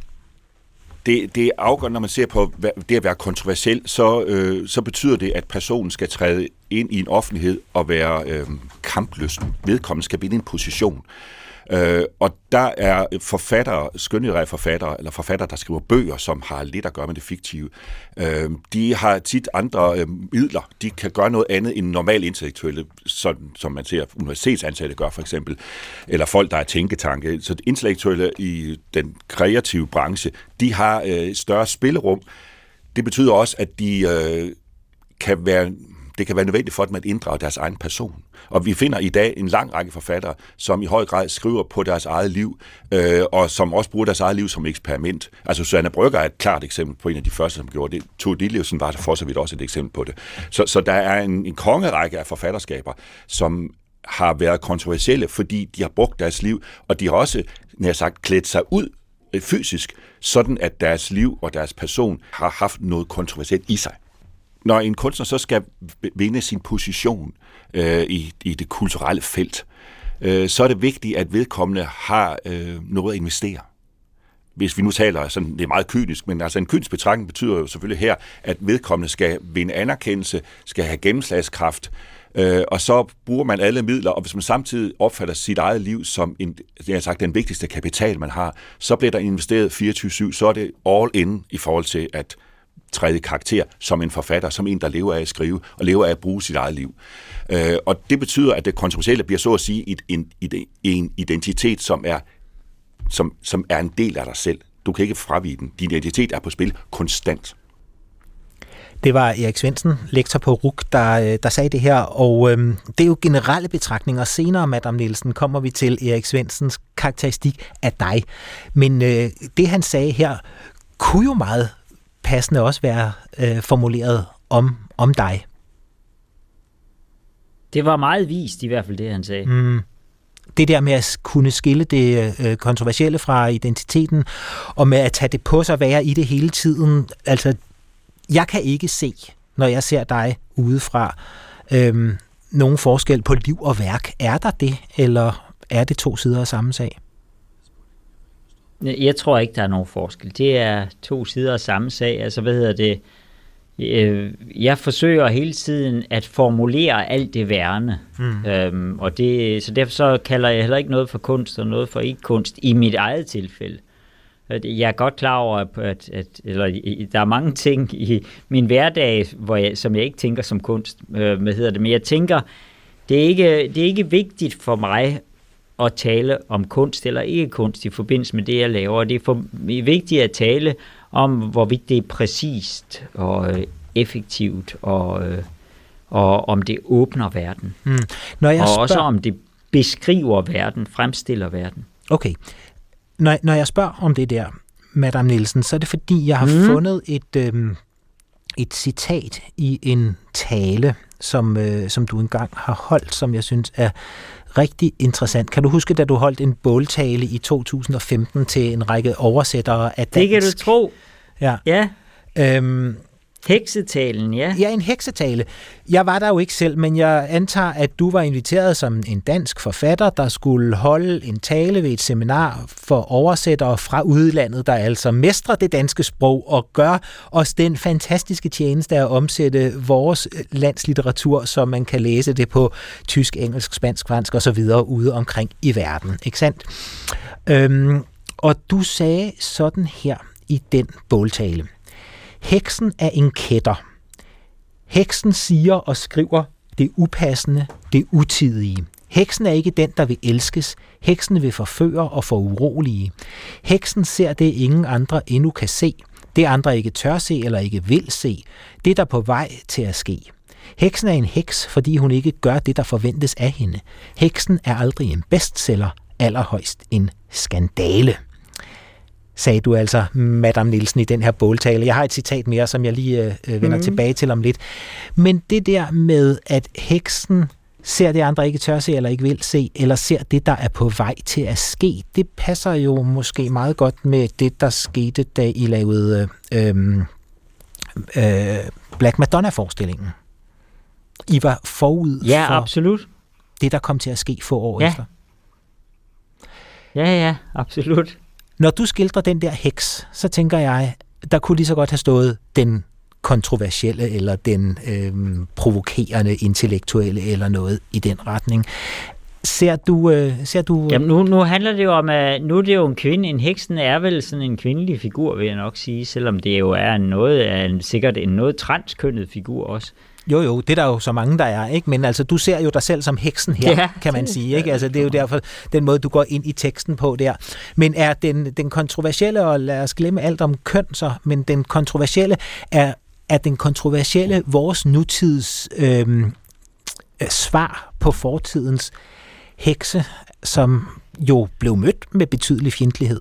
Det, det er afgørende, når man ser på det at være kontroversiel, så, øh, så betyder det, at personen skal træde ind i en offentlighed og være øh, kamplysten. Vedkommende skal vinde en position. Øh, og der er forfattere, skønlitterære forfattere, eller forfattere, der skriver bøger, som har lidt at gøre med det fiktive. Øh, de har tit andre øh, midler. De kan gøre noget andet end normalt intellektuelle, sådan, som man ser universitetsansatte gør for eksempel, eller folk, der er tænketanke. Så intellektuelle i den kreative branche, de har øh, større spillerum. Det betyder også, at de øh, kan være... Det kan være nødvendigt for dem at inddrage deres egen person. Og vi finder i dag en lang række forfattere, som i høj grad skriver på deres eget liv, øh, og som også bruger deres eget liv som eksperiment. Altså Susanne Brøgger er et klart eksempel på en af de første, som gjorde det. Tove Ditlevsen var for så vidt også et eksempel på det. Så, så der er en, en kongerække af forfatterskaber, som har været kontroversielle, fordi de har brugt deres liv, og de har også, når jeg sagt, klædt sig ud fysisk, sådan at deres liv og deres person har haft noget kontroversielt i sig. Når en kunstner så skal vinde sin position øh, i, i det kulturelle felt, øh, så er det vigtigt, at vedkommende har øh, noget at investere. Hvis vi nu taler, sådan, det er meget kynisk, men altså en kynisk betragtning betyder jo selvfølgelig her, at vedkommende skal vinde anerkendelse, skal have gennemslagskraft, øh, og så bruger man alle midler, og hvis man samtidig opfatter sit eget liv som en, jeg har sagt, den vigtigste kapital, man har, så bliver der investeret fireogtyve syv, så er det all in i forhold til at træde karakter som en forfatter, som en, der lever af at skrive, og lever af at bruge sit eget liv. Øh, og det betyder, at det kontroversielle bliver så at sige et, en, en identitet, som er, som, som er en del af dig selv. Du kan ikke fravige den. Din identitet er på spil konstant. Det var Erik Svendsen, lektor på R U C, der, der sagde det her, og øhm, det er jo generelle betragtninger. Senere, Madame Nielsen, kommer vi til Erik Svendsens karakteristik af dig. Men øh, det, han sagde her, kunne jo meget passende også være øh, formuleret om, om dig. Det var meget vist i hvert fald, det han sagde. Mm. Det der med at kunne skille det øh, kontroversielle fra identiteten, og med at tage det på sig, være i det hele tiden. Altså, jeg kan ikke se, når jeg ser dig udefra, øh, nogen forskel på liv og værk. Er der det, eller er det to sider af samme sag? Jeg tror ikke, der er nogen forskel. Det er to sider af samme sag. Altså, hvad hedder det? Jeg forsøger hele tiden at formulere alt det værende. Mm. Øhm, og det, så derfor så kalder jeg heller ikke noget for kunst og noget for ikke kunst i mit eget tilfælde. Jeg er godt klar over, at, at eller, der er mange ting i min hverdag, hvor jeg, som jeg ikke tænker som kunst. Øh, hvad hedder det? Men jeg tænker, det er ikke, det er ikke vigtigt for mig at tale om kunst eller ikke kunst i forbindelse med det, jeg laver. Det er for, vigtigt at tale om, hvorvidt det er præcist og øh, effektivt, og, øh, og om det åbner verden. Mm. Når jeg og spørger... også om det beskriver verden, fremstiller verden. Okay. Når, når jeg spørger om det der, Madame Nielsen, så er det fordi, jeg har mm. fundet et, øh, et citat i en tale, som, øh, som du engang har holdt, som jeg synes er rigtig interessant. Kan du huske, da du holdt en båltale i to tusind og femten til en række oversættere af dansk? Det kan du tro. Ja. ja. Øhm, Heksetalen, ja. Ja, en heksetale. Jeg var der jo ikke selv, men jeg antager, at du var inviteret som en dansk forfatter, der skulle holde en tale ved et seminar for oversættere fra udlandet, der altså mestrer det danske sprog og gør os den fantastiske tjeneste at omsætte vores landslitteratur, så man kan læse det på tysk, engelsk, spansk, fransk og så videre ude omkring i verden. Ikke sandt? Øhm, og du sagde sådan her i den båltale. Heksen er en kætter. Heksen siger og skriver det upassende, det utidige. Heksen er ikke den, der vil elskes. Heksen vil forføre og forurolige. Heksen ser det, ingen andre endnu kan se. Det andre ikke tør se eller ikke vil se. Det, der er på vej til at ske. Heksen er en heks, fordi hun ikke gør det, der forventes af hende. Heksen er aldrig en bestseller, allerhøjst en skandale. Sagde du altså, Madame Nielsen, i den her båltale. Jeg har et citat mere, som jeg lige øh, vender mm. tilbage til om lidt. Men det der med, at heksen ser det, andre ikke tør se eller ikke vil se, eller ser det, der er på vej til at ske, det passer jo måske meget godt med det, der skete, da I lavede øh, øh, Black Madonna-forestillingen. I var forud ja, for absolut. det, der kom til at ske få år ja. efter. Ja, ja, absolut. Når du skildrer den der heks, så tænker jeg, der kunne lige så godt have stået den kontroversielle eller den øh, provokerende intellektuelle eller noget i den retning. Ser du... Øh, ser du Jamen nu, nu handler det jo om, at nu er det jo en kvinde. En heksen er vel sådan en kvindelig figur, vil jeg nok sige, selvom det jo er noget af en, sikkert en noget transkønnet figur også. Jo, jo, det er der jo så mange, der er, ikke? Men altså, du ser jo dig selv som heksen her, ja. kan man sige, ikke? Altså, det er jo derfor den måde, du går ind i teksten på der. Men er den, den kontroversielle, og lad os glemme alt om køn så, men den kontroversielle, er, er den kontroversielle vores nutids øh, svar på fortidens hekse, som jo blev mødt med betydelig fjendtlighed?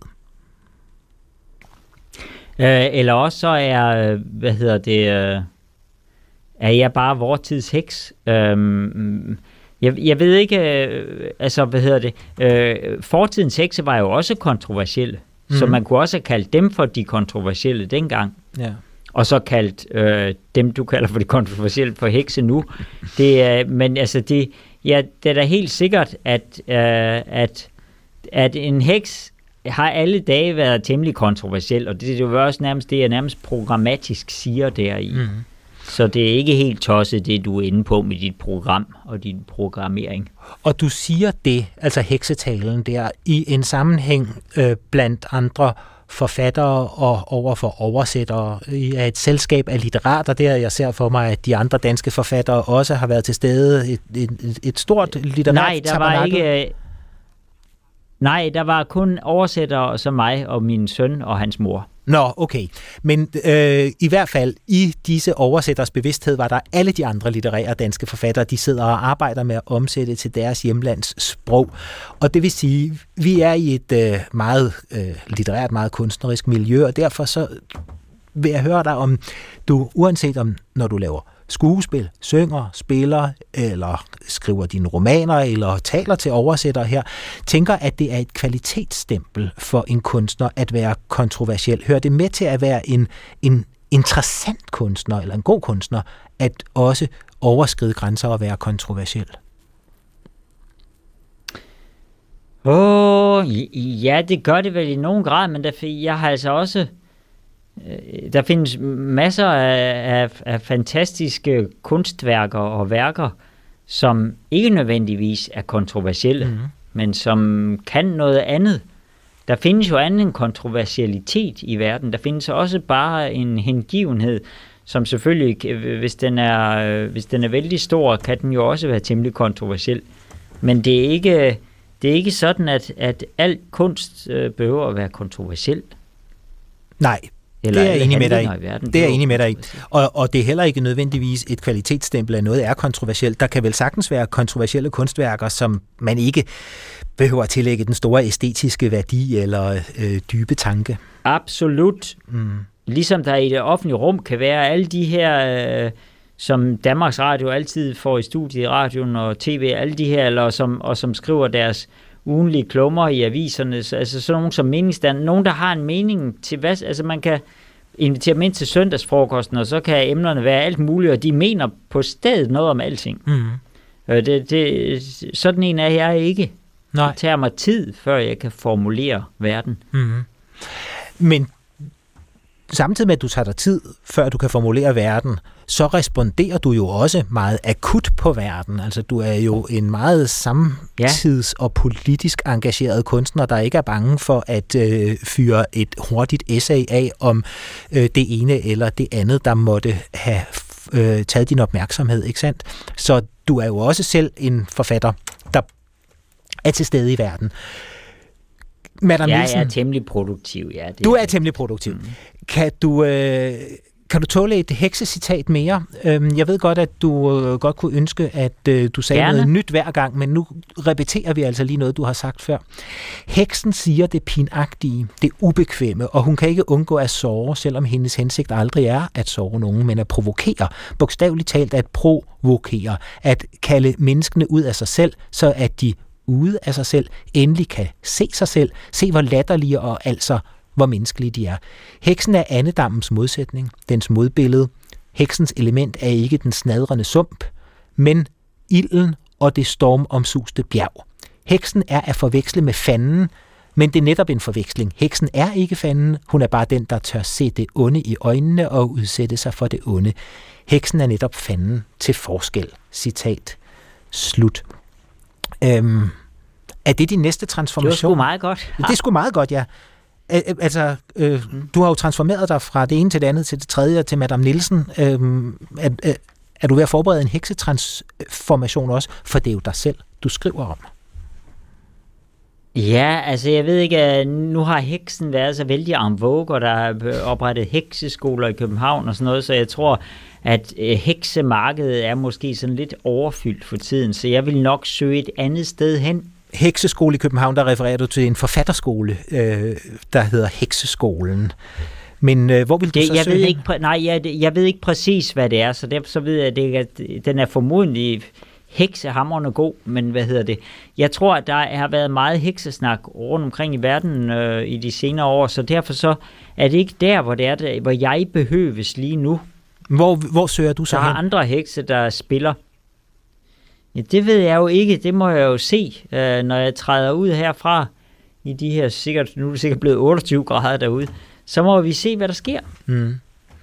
Øh, eller også så er, hvad hedder det... Øh er jeg bare vor tids heks? Øhm, jeg, jeg ved ikke, øh, altså hvad hedder det, øh, fortidens hekse var jo også kontroversielle, mm. så man kunne også have kaldt dem for de kontroversielle dengang, ja. Og så kaldt øh, dem, du kalder for de kontroversielle, for hekse nu. Det er, men altså, det, ja, det er da helt sikkert, at, øh, at, at en heks har alle dage været temmelig kontroversiel, og det, det er jo også nærmest, det er nærmest programmatisk siger deri. Mm. Så det er ikke helt tosset, det du er inde på med dit program og din programmering. Og du siger det, altså heksetalen der, i en sammenhæng øh, blandt andre forfattere og overfor oversættere. I er et selskab af litterater der. Jeg ser for mig, at de andre danske forfattere også har været til stede. Et, et, et stort litterært Nej, der var ikke... Nej, der var kun oversættere som mig og min søn og hans mor. Nå, okay. Men øh, i hvert fald i disse oversætters bevidsthed var der alle de andre litterære danske forfattere, de sidder og arbejder med at omsætte til deres hjemlands sprog. Og det vil sige, vi er i et øh, meget øh, litterært, meget kunstnerisk miljø, og derfor så vil jeg høre dig om, du uanset om, når du laver skuespil, synger, spiller, eller skriver dine romaner, eller taler til oversættere her, tænker, at det er et kvalitetsstempel for en kunstner at være kontroversiel. Hører det med til at være en, en interessant kunstner, eller en god kunstner, at også overskride grænser og være kontroversiel? Åh, oh, ja, det gør det vel i nogen grad, men der, jeg har altså også... Der findes masser af, af, af fantastiske kunstværker og værker, som ikke nødvendigvis er kontroversielle, mm. men som kan noget andet. Der findes jo anden en kontroversialitet i verden. Der findes også bare en hengivenhed, som selvfølgelig, hvis den er, hvis den er vældig stor, kan den jo også være temmelig kontroversiel. Men det er ikke, det er ikke sådan, at, at al kunst behøver at være kontroversiel. Nej. Eller det er jeg enig med dig i. Verden, det er jeg enig med dig i. Og, og det er heller ikke nødvendigvis et kvalitetsstempel af noget er kontroversielt. Der kan vel sagtens være kontroversielle kunstværker, som man ikke behøver at tillægge den store æstetiske værdi eller øh, dybe tanke. Absolut. Mm. Ligesom der i det offentlige rum kan være alle de her, øh, som Danmarks Radio altid får i studiet i radioen og tv, alle de her, eller som, og som skriver deres ugenlige klummer i aviserne, altså sådan nogen som meningsstand, nogen der har en mening til hvad, altså man kan invitere dem ind til søndagsfrokosten, og så kan emnerne være alt muligt, og de mener på stedet noget om alting. Mm. Det, det, sådan en er jeg ikke. Nej. Det tager mig tid, før jeg kan formulere verden. Mm. Men samtidig med, at du tager dig tid, før du kan formulere verden, så responderer du jo også meget akut på verden. Altså, du er jo en meget samtids- og politisk engageret kunstner, der ikke er bange for at øh, fyre et hurtigt essay af om øh, det ene eller det andet, der måtte have øh, taget din opmærksomhed, ikke sandt? Så du er jo også selv en forfatter, der er til stede i verden. Madame ja, Nielsen, jeg er temmelig produktiv, ja. Det du er er temmelig produktiv. Mm. Kan du... Øh, Kan du tåle et heksecitat mere? Jeg ved godt, at du godt kunne ønske, at du sagde Gerne. noget nyt hver gang, men nu repeterer vi altså lige noget, du har sagt før. Heksen siger det pinagtige, det ubekvemme, og hun kan ikke undgå at såre, selvom hendes hensigt aldrig er at såre nogen, men at provokere. Bogstaveligt talt at provokere. At kalde menneskene ud af sig selv, så at de ude af sig selv endelig kan se sig selv, se hvor latterlige og altså hvor menneskelige de er. Heksen er andedammens modsætning, dens modbillede. Heksens element er ikke den snadrende sump, men ilden og det stormomsuste bjerg. Heksen er at forveksle med fanden, men det er netop en forveksling. Heksen er ikke fanden, hun er bare den, der tør se det onde i øjnene og udsætte sig for det onde. Heksen er netop fanden til forskel. Citat. Slut. Øhm, er det din næste transformation? Det var sgu meget godt. Det er sgu meget godt, ja. Altså, øh, du har jo transformeret dig fra det ene til det andet, til det tredje, til Madame Nielsen. Øh, er, er, er du ved at forberede en heksetransformation også? For det er jo dig selv, du skriver om. Ja, altså jeg ved ikke, nu har heksen været så vældig en vogue, og der er oprettet hekseskoler i København og sådan noget, så jeg tror, at heksemarkedet er måske sådan lidt overfyldt for tiden, så jeg vil nok søge et andet sted hen. Hekseskole i København, der refererer du til en forfatterskole, øh, der hedder Hekseskolen. Men øh, hvor vil du det, så jeg søge ved hen? ikke, jeg, jeg, jeg ved ikke præcis, hvad det er, så derfor så ved jeg, at, det, at den er formodentlig heksehamrende god, men hvad hedder det? Jeg tror, at der har været meget heksesnak rundt omkring i verden øh, i de senere år, så derfor så er det ikke der, hvor det er, der, hvor jeg behøves lige nu. Hvor, hvor søger du så Der hen? har andre hekse, der spiller. Ja, det ved jeg jo ikke. Det må jeg jo se, øh, når jeg træder ud herfra i de her sikkert, nu er det sikkert blevet otteogtyve grader derude. Så må vi se, hvad der sker. Mm.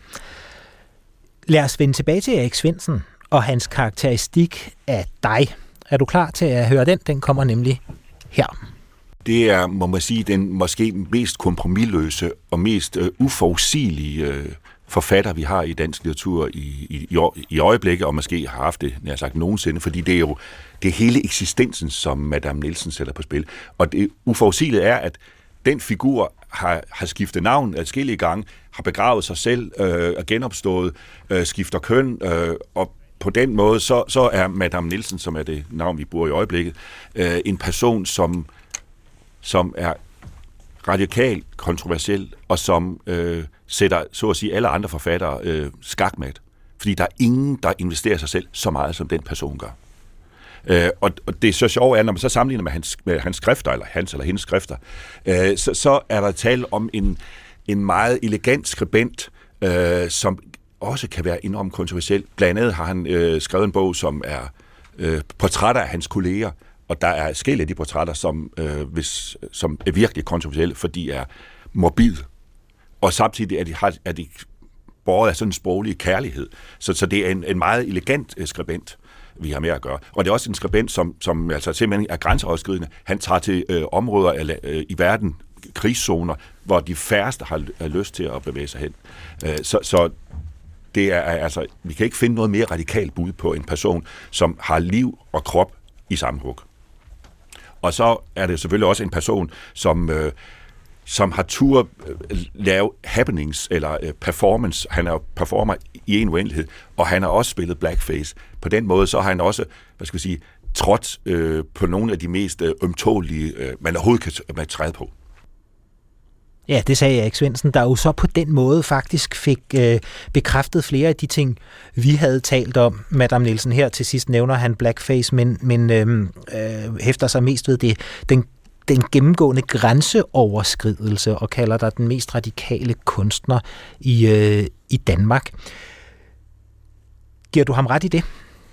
Lad os vende tilbage til Erik Svendsen og hans karakteristik af dig. Er du klar til at høre den? Den kommer nemlig her. Det er, må man sige, den måske mest kompromisløse og mest øh, uforudsigelige øh, forfatter, vi har i dansk litteratur i, i, i øjeblikket, og måske har haft det, når jeg har sagt nogensinde, fordi det er jo det er hele eksistensen, som Madame Nielsen sætter på spil. Og det uforudsigelige er, at den figur har, har skiftet navn adskillige gange, har begravet sig selv, øh, er genopstået, øh, skifter køn, øh, og på den måde, så, så er Madame Nielsen, som er det navn, vi bruger i øjeblikket, øh, en person, som, som er radikalt kontroversiel, og som øh, sætter, så at sige, alle andre forfattere øh, skakmat. Fordi der er ingen, der investerer sig selv så meget, som den person gør. Øh, og, og det er så sjovt, at når man så sammenligner med hans, med hans skrifter, eller hans eller hendes skrifter, øh, så, så er der tale om en, en meget elegant skribent, øh, som også kan være enormt kontroversiel. Blandt andet har han øh, skrevet en bog, som er øh, portrætter af hans kolleger, og der er forskellige af de portrætter, som, øh, hvis, som er virkelig kontroversielle, fordi de er morbide. Og samtidig er de, har, er de båret af sådan en sproglig kærlighed. Så, så det er en, en meget elegant øh, skribent, vi har med at gøre. Og det er også en skribent, som, som altså simpelthen er grænseoverskridende. Han tager til øh, områder eller, øh, i verden, krigszoner, hvor de færreste har, har lyst til at bevæge sig hen. Øh, så, så det er altså, vi kan ikke finde noget mere radikalt bud på en person, som har liv og krop i samme hug. Og så er det selvfølgelig også en person, som, øh, som har tur øh, lave happenings eller øh, performance. Han er performer i en uendelighed, og han har også spillet blackface. På den måde så har han også, hvad skal vi sige, trådt øh, på nogle af de mest øh, ømtålige, øh, man overhovedet kan man træde på. Ja, det sagde Erik Svendsen, der jo så på den måde faktisk fik øh, bekræftet flere af de ting, vi havde talt om. Madame Nielsen her til sidst nævner han blackface, men, men øh, øh, hæfter sig mest ved det, den, den gennemgående grænseoverskridelse og kalder dig den mest radikale kunstner i, øh, i Danmark. Giver du ham ret i det?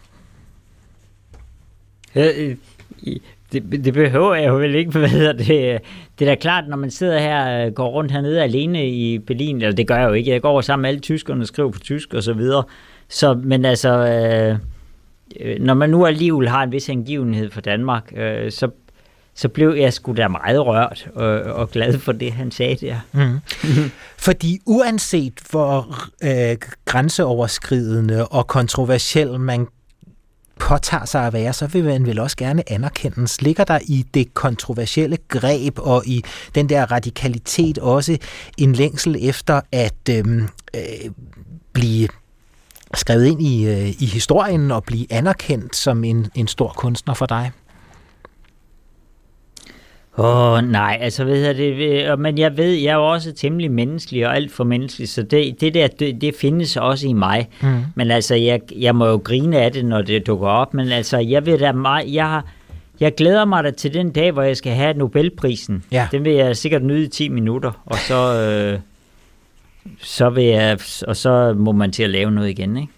Øh, Det, det behøver jeg jo vel ikke, hvad hedder det. Det er da klart, når man sidder her går rundt hernede alene i Berlin, eller det gør jeg jo ikke, jeg går over sammen med alle tyskerne og skriver på tysk og så videre. Så, men altså, øh, når man nu alligevel har en vis hengivenhed for Danmark, øh, så, så blev jeg sgu da meget rørt og, og glad for det, han sagde der. Mm. Fordi uanset hvor øh, grænseoverskridende og kontroversiel man påtager sig at være, så vil man vel også gerne anerkendes. Ligger der i det kontroversielle greb og i den der radikalitet også en længsel efter at øh, øh, blive skrevet ind i, øh, i historien og blive anerkendt som en, en stor kunstner for dig? Åh, oh, nej, altså ved jeg det, men jeg ved, jeg er jo også temmelig menneskelig og alt for menneskelig, så det, det der, det, det findes også i mig. Mm. Men altså, jeg, jeg må jo grine af det, når det dukker op, men altså, jeg ved da meget, jeg har, jeg glæder mig da til den dag, hvor jeg skal have Nobelprisen. Ja. Den vil jeg sikkert nyde i ti minutter, og så, øh, så vil jeg, og så må man til at lave noget igen, ikke?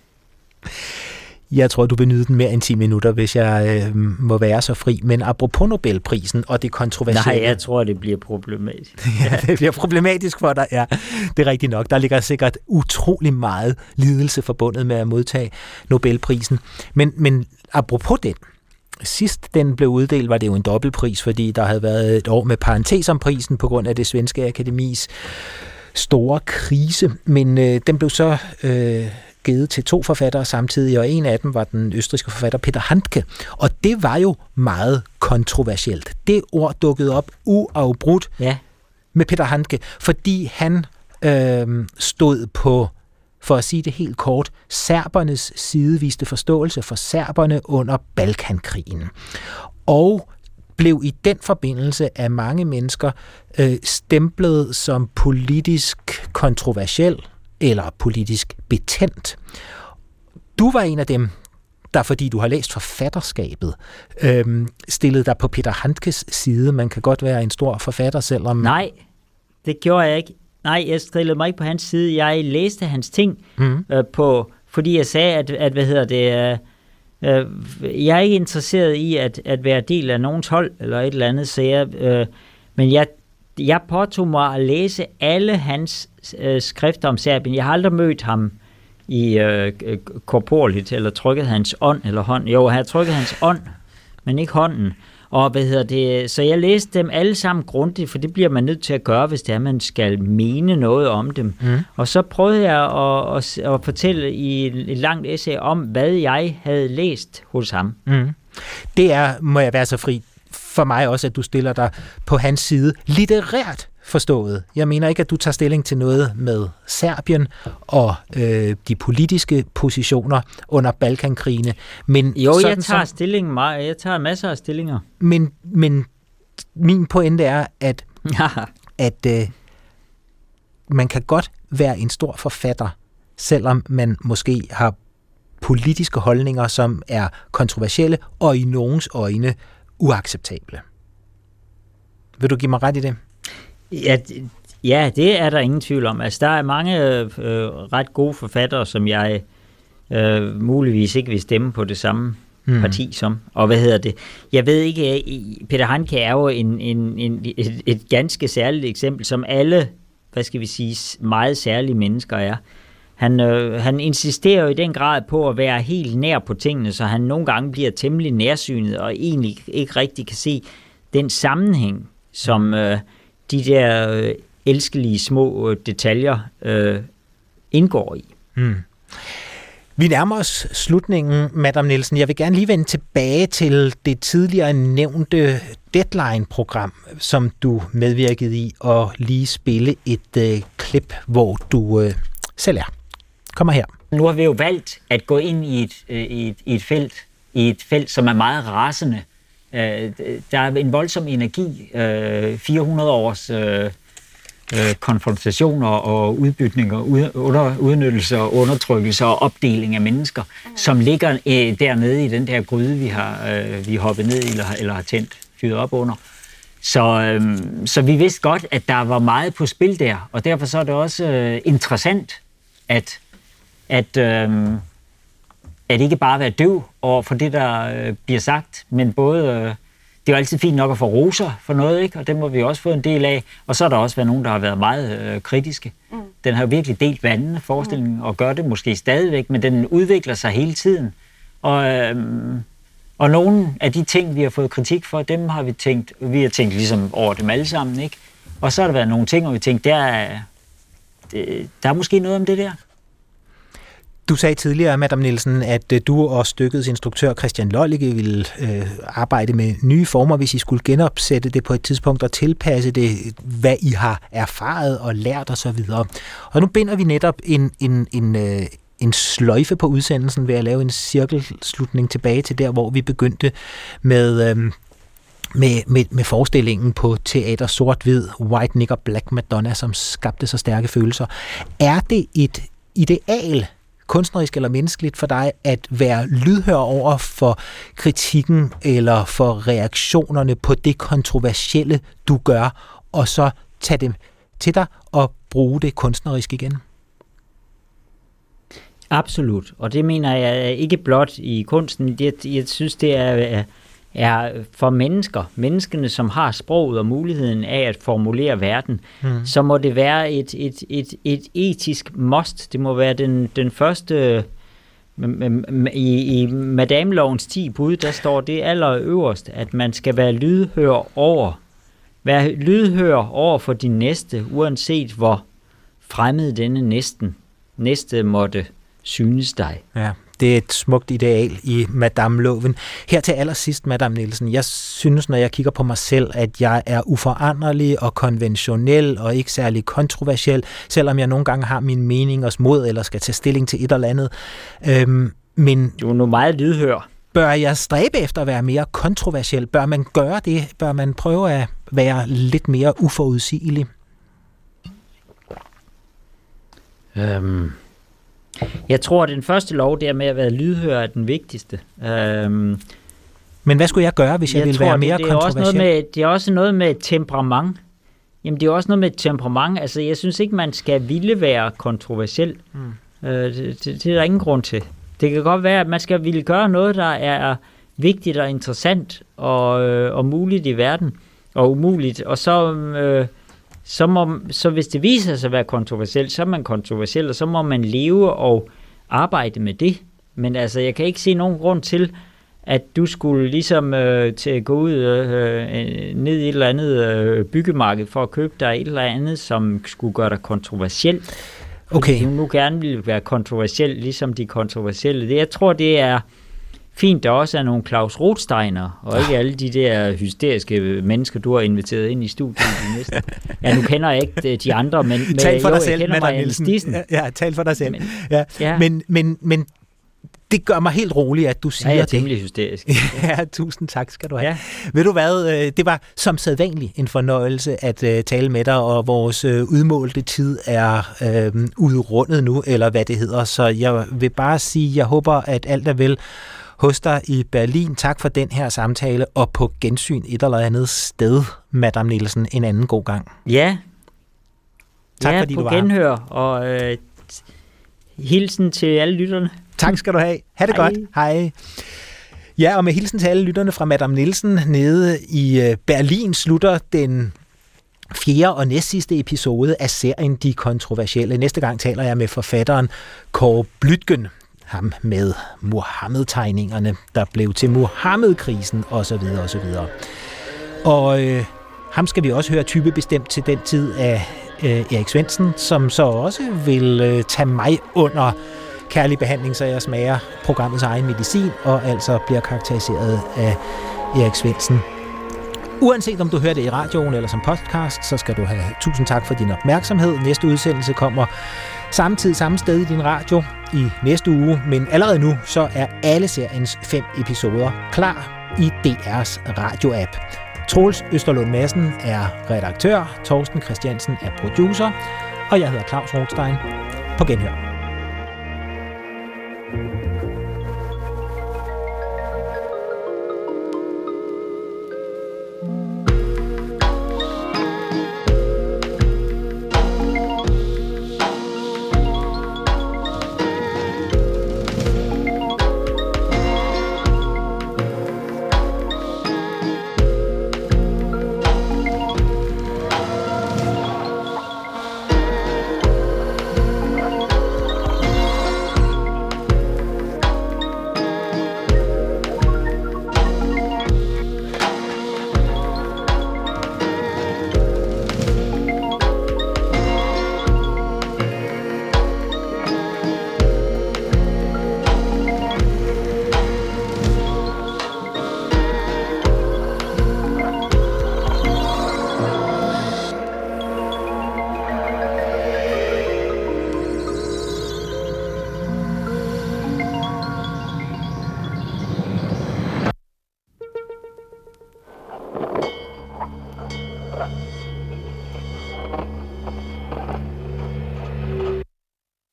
Jeg tror, du vil nyde den mere end ti minutter, hvis jeg øh, må være så fri. Men apropos Nobelprisen og det kontroversielle... Nej, jeg tror, det bliver problematisk. Ja, det bliver problematisk for dig, ja. Det er rigtigt nok. Der ligger sikkert utrolig meget lidelse forbundet med at modtage Nobelprisen. Men, men apropos den, sidst den blev uddelt, var det jo en dobbeltpris, fordi der havde været et år med parentes om prisen på grund af det svenske akademis store krise. Men øh, den blev så... Øh, givet til to forfattere samtidig, og en af dem var den østrigske forfatter Peter Handke. Og det var jo meget kontroversielt. Det ord dukkede op uafbrudt ja. med Peter Handke, fordi han øh, stod på, for at sige det helt kort, serbernes side, viste forståelse for serberne under Balkankrigen. Og blev i den forbindelse af mange mennesker øh, stemplet som politisk kontroversiel, eller politisk betændt. Du var en af dem, der fordi du har læst forfatterskabet, øhm, stillede dig på Peter Handkes side. Man kan godt være en stor forfatter, selvom... Nej, det gjorde jeg ikke. Nej, jeg stillede mig ikke på hans side. Jeg læste hans ting, mm. øh, på, fordi jeg sagde, at, at hvad hedder det... Øh, øh, jeg er ikke interesseret i at, at være del af nogens hold, eller et eller andet, så jeg, øh, men jeg Jeg påtog mig at læse alle hans øh, skrifter om Serbien. Jeg har aldrig mødt ham i øh, korporligt, eller trykket hans ånd eller hånd. Jo, jeg har trykket hans ånd, men ikke hånden. Og hvad hedder det? Så jeg læste dem alle sammen grundigt, for det bliver man nødt til at gøre, hvis det er, man skal mene noget om dem. Mm. Og så prøvede jeg at, at, at fortælle i et langt essay om, hvad jeg havde læst hos ham. Mm. Det er, må jeg være så fri, for mig også, at du stiller dig på hans side litterært forstået. Jeg mener ikke, at du tager stilling til noget med Serbien og øh, de politiske positioner under Balkankrigene. Men jo, sådan, jeg tager som, stilling meget. Jeg tager masser af stillinger. Men, men min pointe er, at, at øh, man kan godt være en stor forfatter, selvom man måske har politiske holdninger, som er kontroversielle og i nogens øjne uacceptable. Vil du give mig ret i det? Ja, ja, det er der ingen tvivl om. Altså, der er mange øh, ret gode forfattere, som jeg øh, muligvis ikke vil stemme på det samme mm. parti som. Og hvad hedder det? Jeg ved ikke, Peter Handke er jo en, en, en, et, et ganske særligt eksempel, som alle, hvad skal vi sige, meget særlige mennesker er. Han, øh, han insisterer jo i den grad på at være helt nær på tingene, så han nogle gange bliver temmelig nærsynet og egentlig ikke rigtig kan se den sammenhæng, som øh, de der øh, elskelige små øh, detaljer øh, indgår i. Mm. Vi nærmer os slutningen, Madame Nielsen. Jeg vil gerne lige vende tilbage til det tidligere nævnte Deadline-program, som du medvirkede i, og lige spille et øh, klip, hvor du øh, selv er. Kom her. Nu har vi jo valgt at gå ind i et, øh, i et, i et felt, i et felt, som er meget rasende. Øh, der er en voldsom energi, øh, fire hundrede års øh, øh, konfrontationer og udbytninger, ud, udnyttelse og undertrykkelse og opdeling af mennesker, som ligger øh, dernede i den der gryde, vi har, øh, vi har hoppet ned i eller, eller har tændt, fyret op under. Så, øh, så vi vidste godt, at der var meget på spil der, og derfor så er det også øh, interessant, at, at, øh, at ikke bare være døv over for det, der øh, bliver sagt, men både, øh, det er jo altid fint nok at få roser for noget, ikke? Og det må vi også få en del af, og så har der også været nogen, der har været meget øh, kritiske. Mm. Den har jo virkelig delt vandene, forestillingen, mm. og gør det måske stadigvæk, men den udvikler sig hele tiden. Og, øh, Og nogle af de ting, vi har fået kritik for, dem har vi tænkt, vi har tænkt ligesom over dem alle sammen, ikke? Og så har der været nogle ting, hvor vi tænkte, der er, der er måske noget om det der. Du sagde tidligere, Madam Nielsen, at du og stykkets instruktør Christian Lollike ville øh, arbejde med nye former, hvis I skulle genopsætte det på et tidspunkt og tilpasse det, hvad I har erfaret og lært osv. Og nu binder vi netop en, en, en, øh, en sløjfe på udsendelsen ved at lave en cirkelslutning tilbage til der, hvor vi begyndte med... Øh, Med, med, med forestillingen på Teater Sort-Hvid, White Nigger Black Madonna, som skabte så stærke følelser. Er det et ideal, kunstnerisk eller menneskeligt for dig, at være lydhør over for kritikken eller for reaktionerne på det kontroversielle, du gør, og så tage dem til dig og bruge det kunstnerisk igen? Absolut, og det mener jeg ikke blot i kunsten. Jeg, jeg synes, det er... er for mennesker, menneskene, som har sproget og muligheden af at formulere verden, mm. så må det være et, et, et, et etisk must. Det må være den, den første... I, i Madame-lovens ti bud, der står det allerøverst, at man skal være lydhør over. Være lydhør over for din næste, uanset hvor fremmed denne næsten, næste måtte synes dig. Ja. Det er et smukt ideal i Madame-loven. Her til allersidst, Madame Nielsen, jeg synes, når jeg kigger på mig selv, at jeg er uforanderlig og konventionel og ikke særlig kontroversiel, selvom jeg nogle gange har min meningers mod eller skal tage stilling til et eller andet. Øhm, men du er nu meget lydhør. Bør jeg stræbe efter at være mere kontroversiel? Bør man gøre det? Bør man prøve at være lidt mere uforudsigelig? Øhm... Jeg tror, at den første lov, der med at være lydhør, er den vigtigste. Øhm, Men hvad skulle jeg gøre, hvis jeg, jeg ville tror, være mere det, det kontroversiel? Også noget med, det er også noget med temperament. Jamen, det er også noget med temperament. Altså, jeg synes ikke, man skal ville være kontroversiel. Mm. Øh, det, det, det er der ingen grund til. Det kan godt være, at man skal ville gøre noget, der er vigtigt og interessant og, øh, og muligt i verden, og umuligt. Og så... Øh, Så, må, så hvis det viser sig at være kontroversielt, så er man kontroversiel, og så må man leve og arbejde med det. Men altså, jeg kan ikke se nogen grund til, at du skulle ligesom øh, til at gå ud øh, ned i et eller andet øh, byggemarked for at købe dig et eller andet, som skulle gøre dig kontroversiel. Okay. Fordi du nu gerne vil være kontroversiel, ligesom de kontroversielle. Det, jeg tror, det er fint, der også er nogle Claus Rothsteiner, og ikke alle de der hysteriske mennesker, du har inviteret ind i studiet. Næste. Ja, nu kender jeg ikke de andre, men med, tal for jo, dig selv, jeg kender Marianne Stissen. Ja, ja, tal for dig selv. Men, ja. Ja. Men, men, men det gør mig helt rolig, at du siger det. Ja, jeg er det. temmelig hysterisk. Ja, tusind tak skal du have. Ja. Ved du hvad, det var som sædvanligt en fornøjelse at uh, tale med dig, og vores uh, udmålte tid er uh, udrundet nu, eller hvad det hedder. Så jeg vil bare sige, jeg håber, at alt er vel hos dig i Berlin. Tak for den her samtale, og på gensyn et eller andet sted, Madame Nielsen, en anden god gang. Ja, tak ja fordi på du var genhør, og øh, hilsen til alle lytterne. Tak skal du have. Ha' det Hej. godt. Hej. Ja, og med hilsen til alle lytterne fra Madame Nielsen nede i Berlin slutter den fjerde og næstsidste episode af serien De Kontroversielle. Næste gang taler jeg med forfatteren Kåre Blytgen, ham med Muhammed-tegningerne, der blev til Muhammed-krisen osv. osv. Og øh, ham skal vi også høre typebestemt til den tid af øh, Erik Svendsen, som så også vil øh, tage mig under kærlig behandling, så jeg smager programmets egen medicin, og altså bliver karakteriseret af Erik Svendsen. Uanset om du hører det i radioen eller som podcast, så skal du have tusind tak for din opmærksomhed. Næste udsendelse kommer samme tid, samme sted i din radio i næste uge, men allerede nu så er alle seriens fem episoder klar i D R's radioapp. Troels Østerlund Madsen er redaktør, Torsten Christiansen er producer, og jeg hedder Claus Rothstein. På genhør.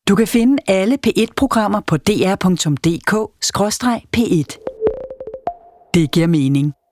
Du kan finde alle P et-programmer på d r punktum d k skråstreg p et. Det giver mening.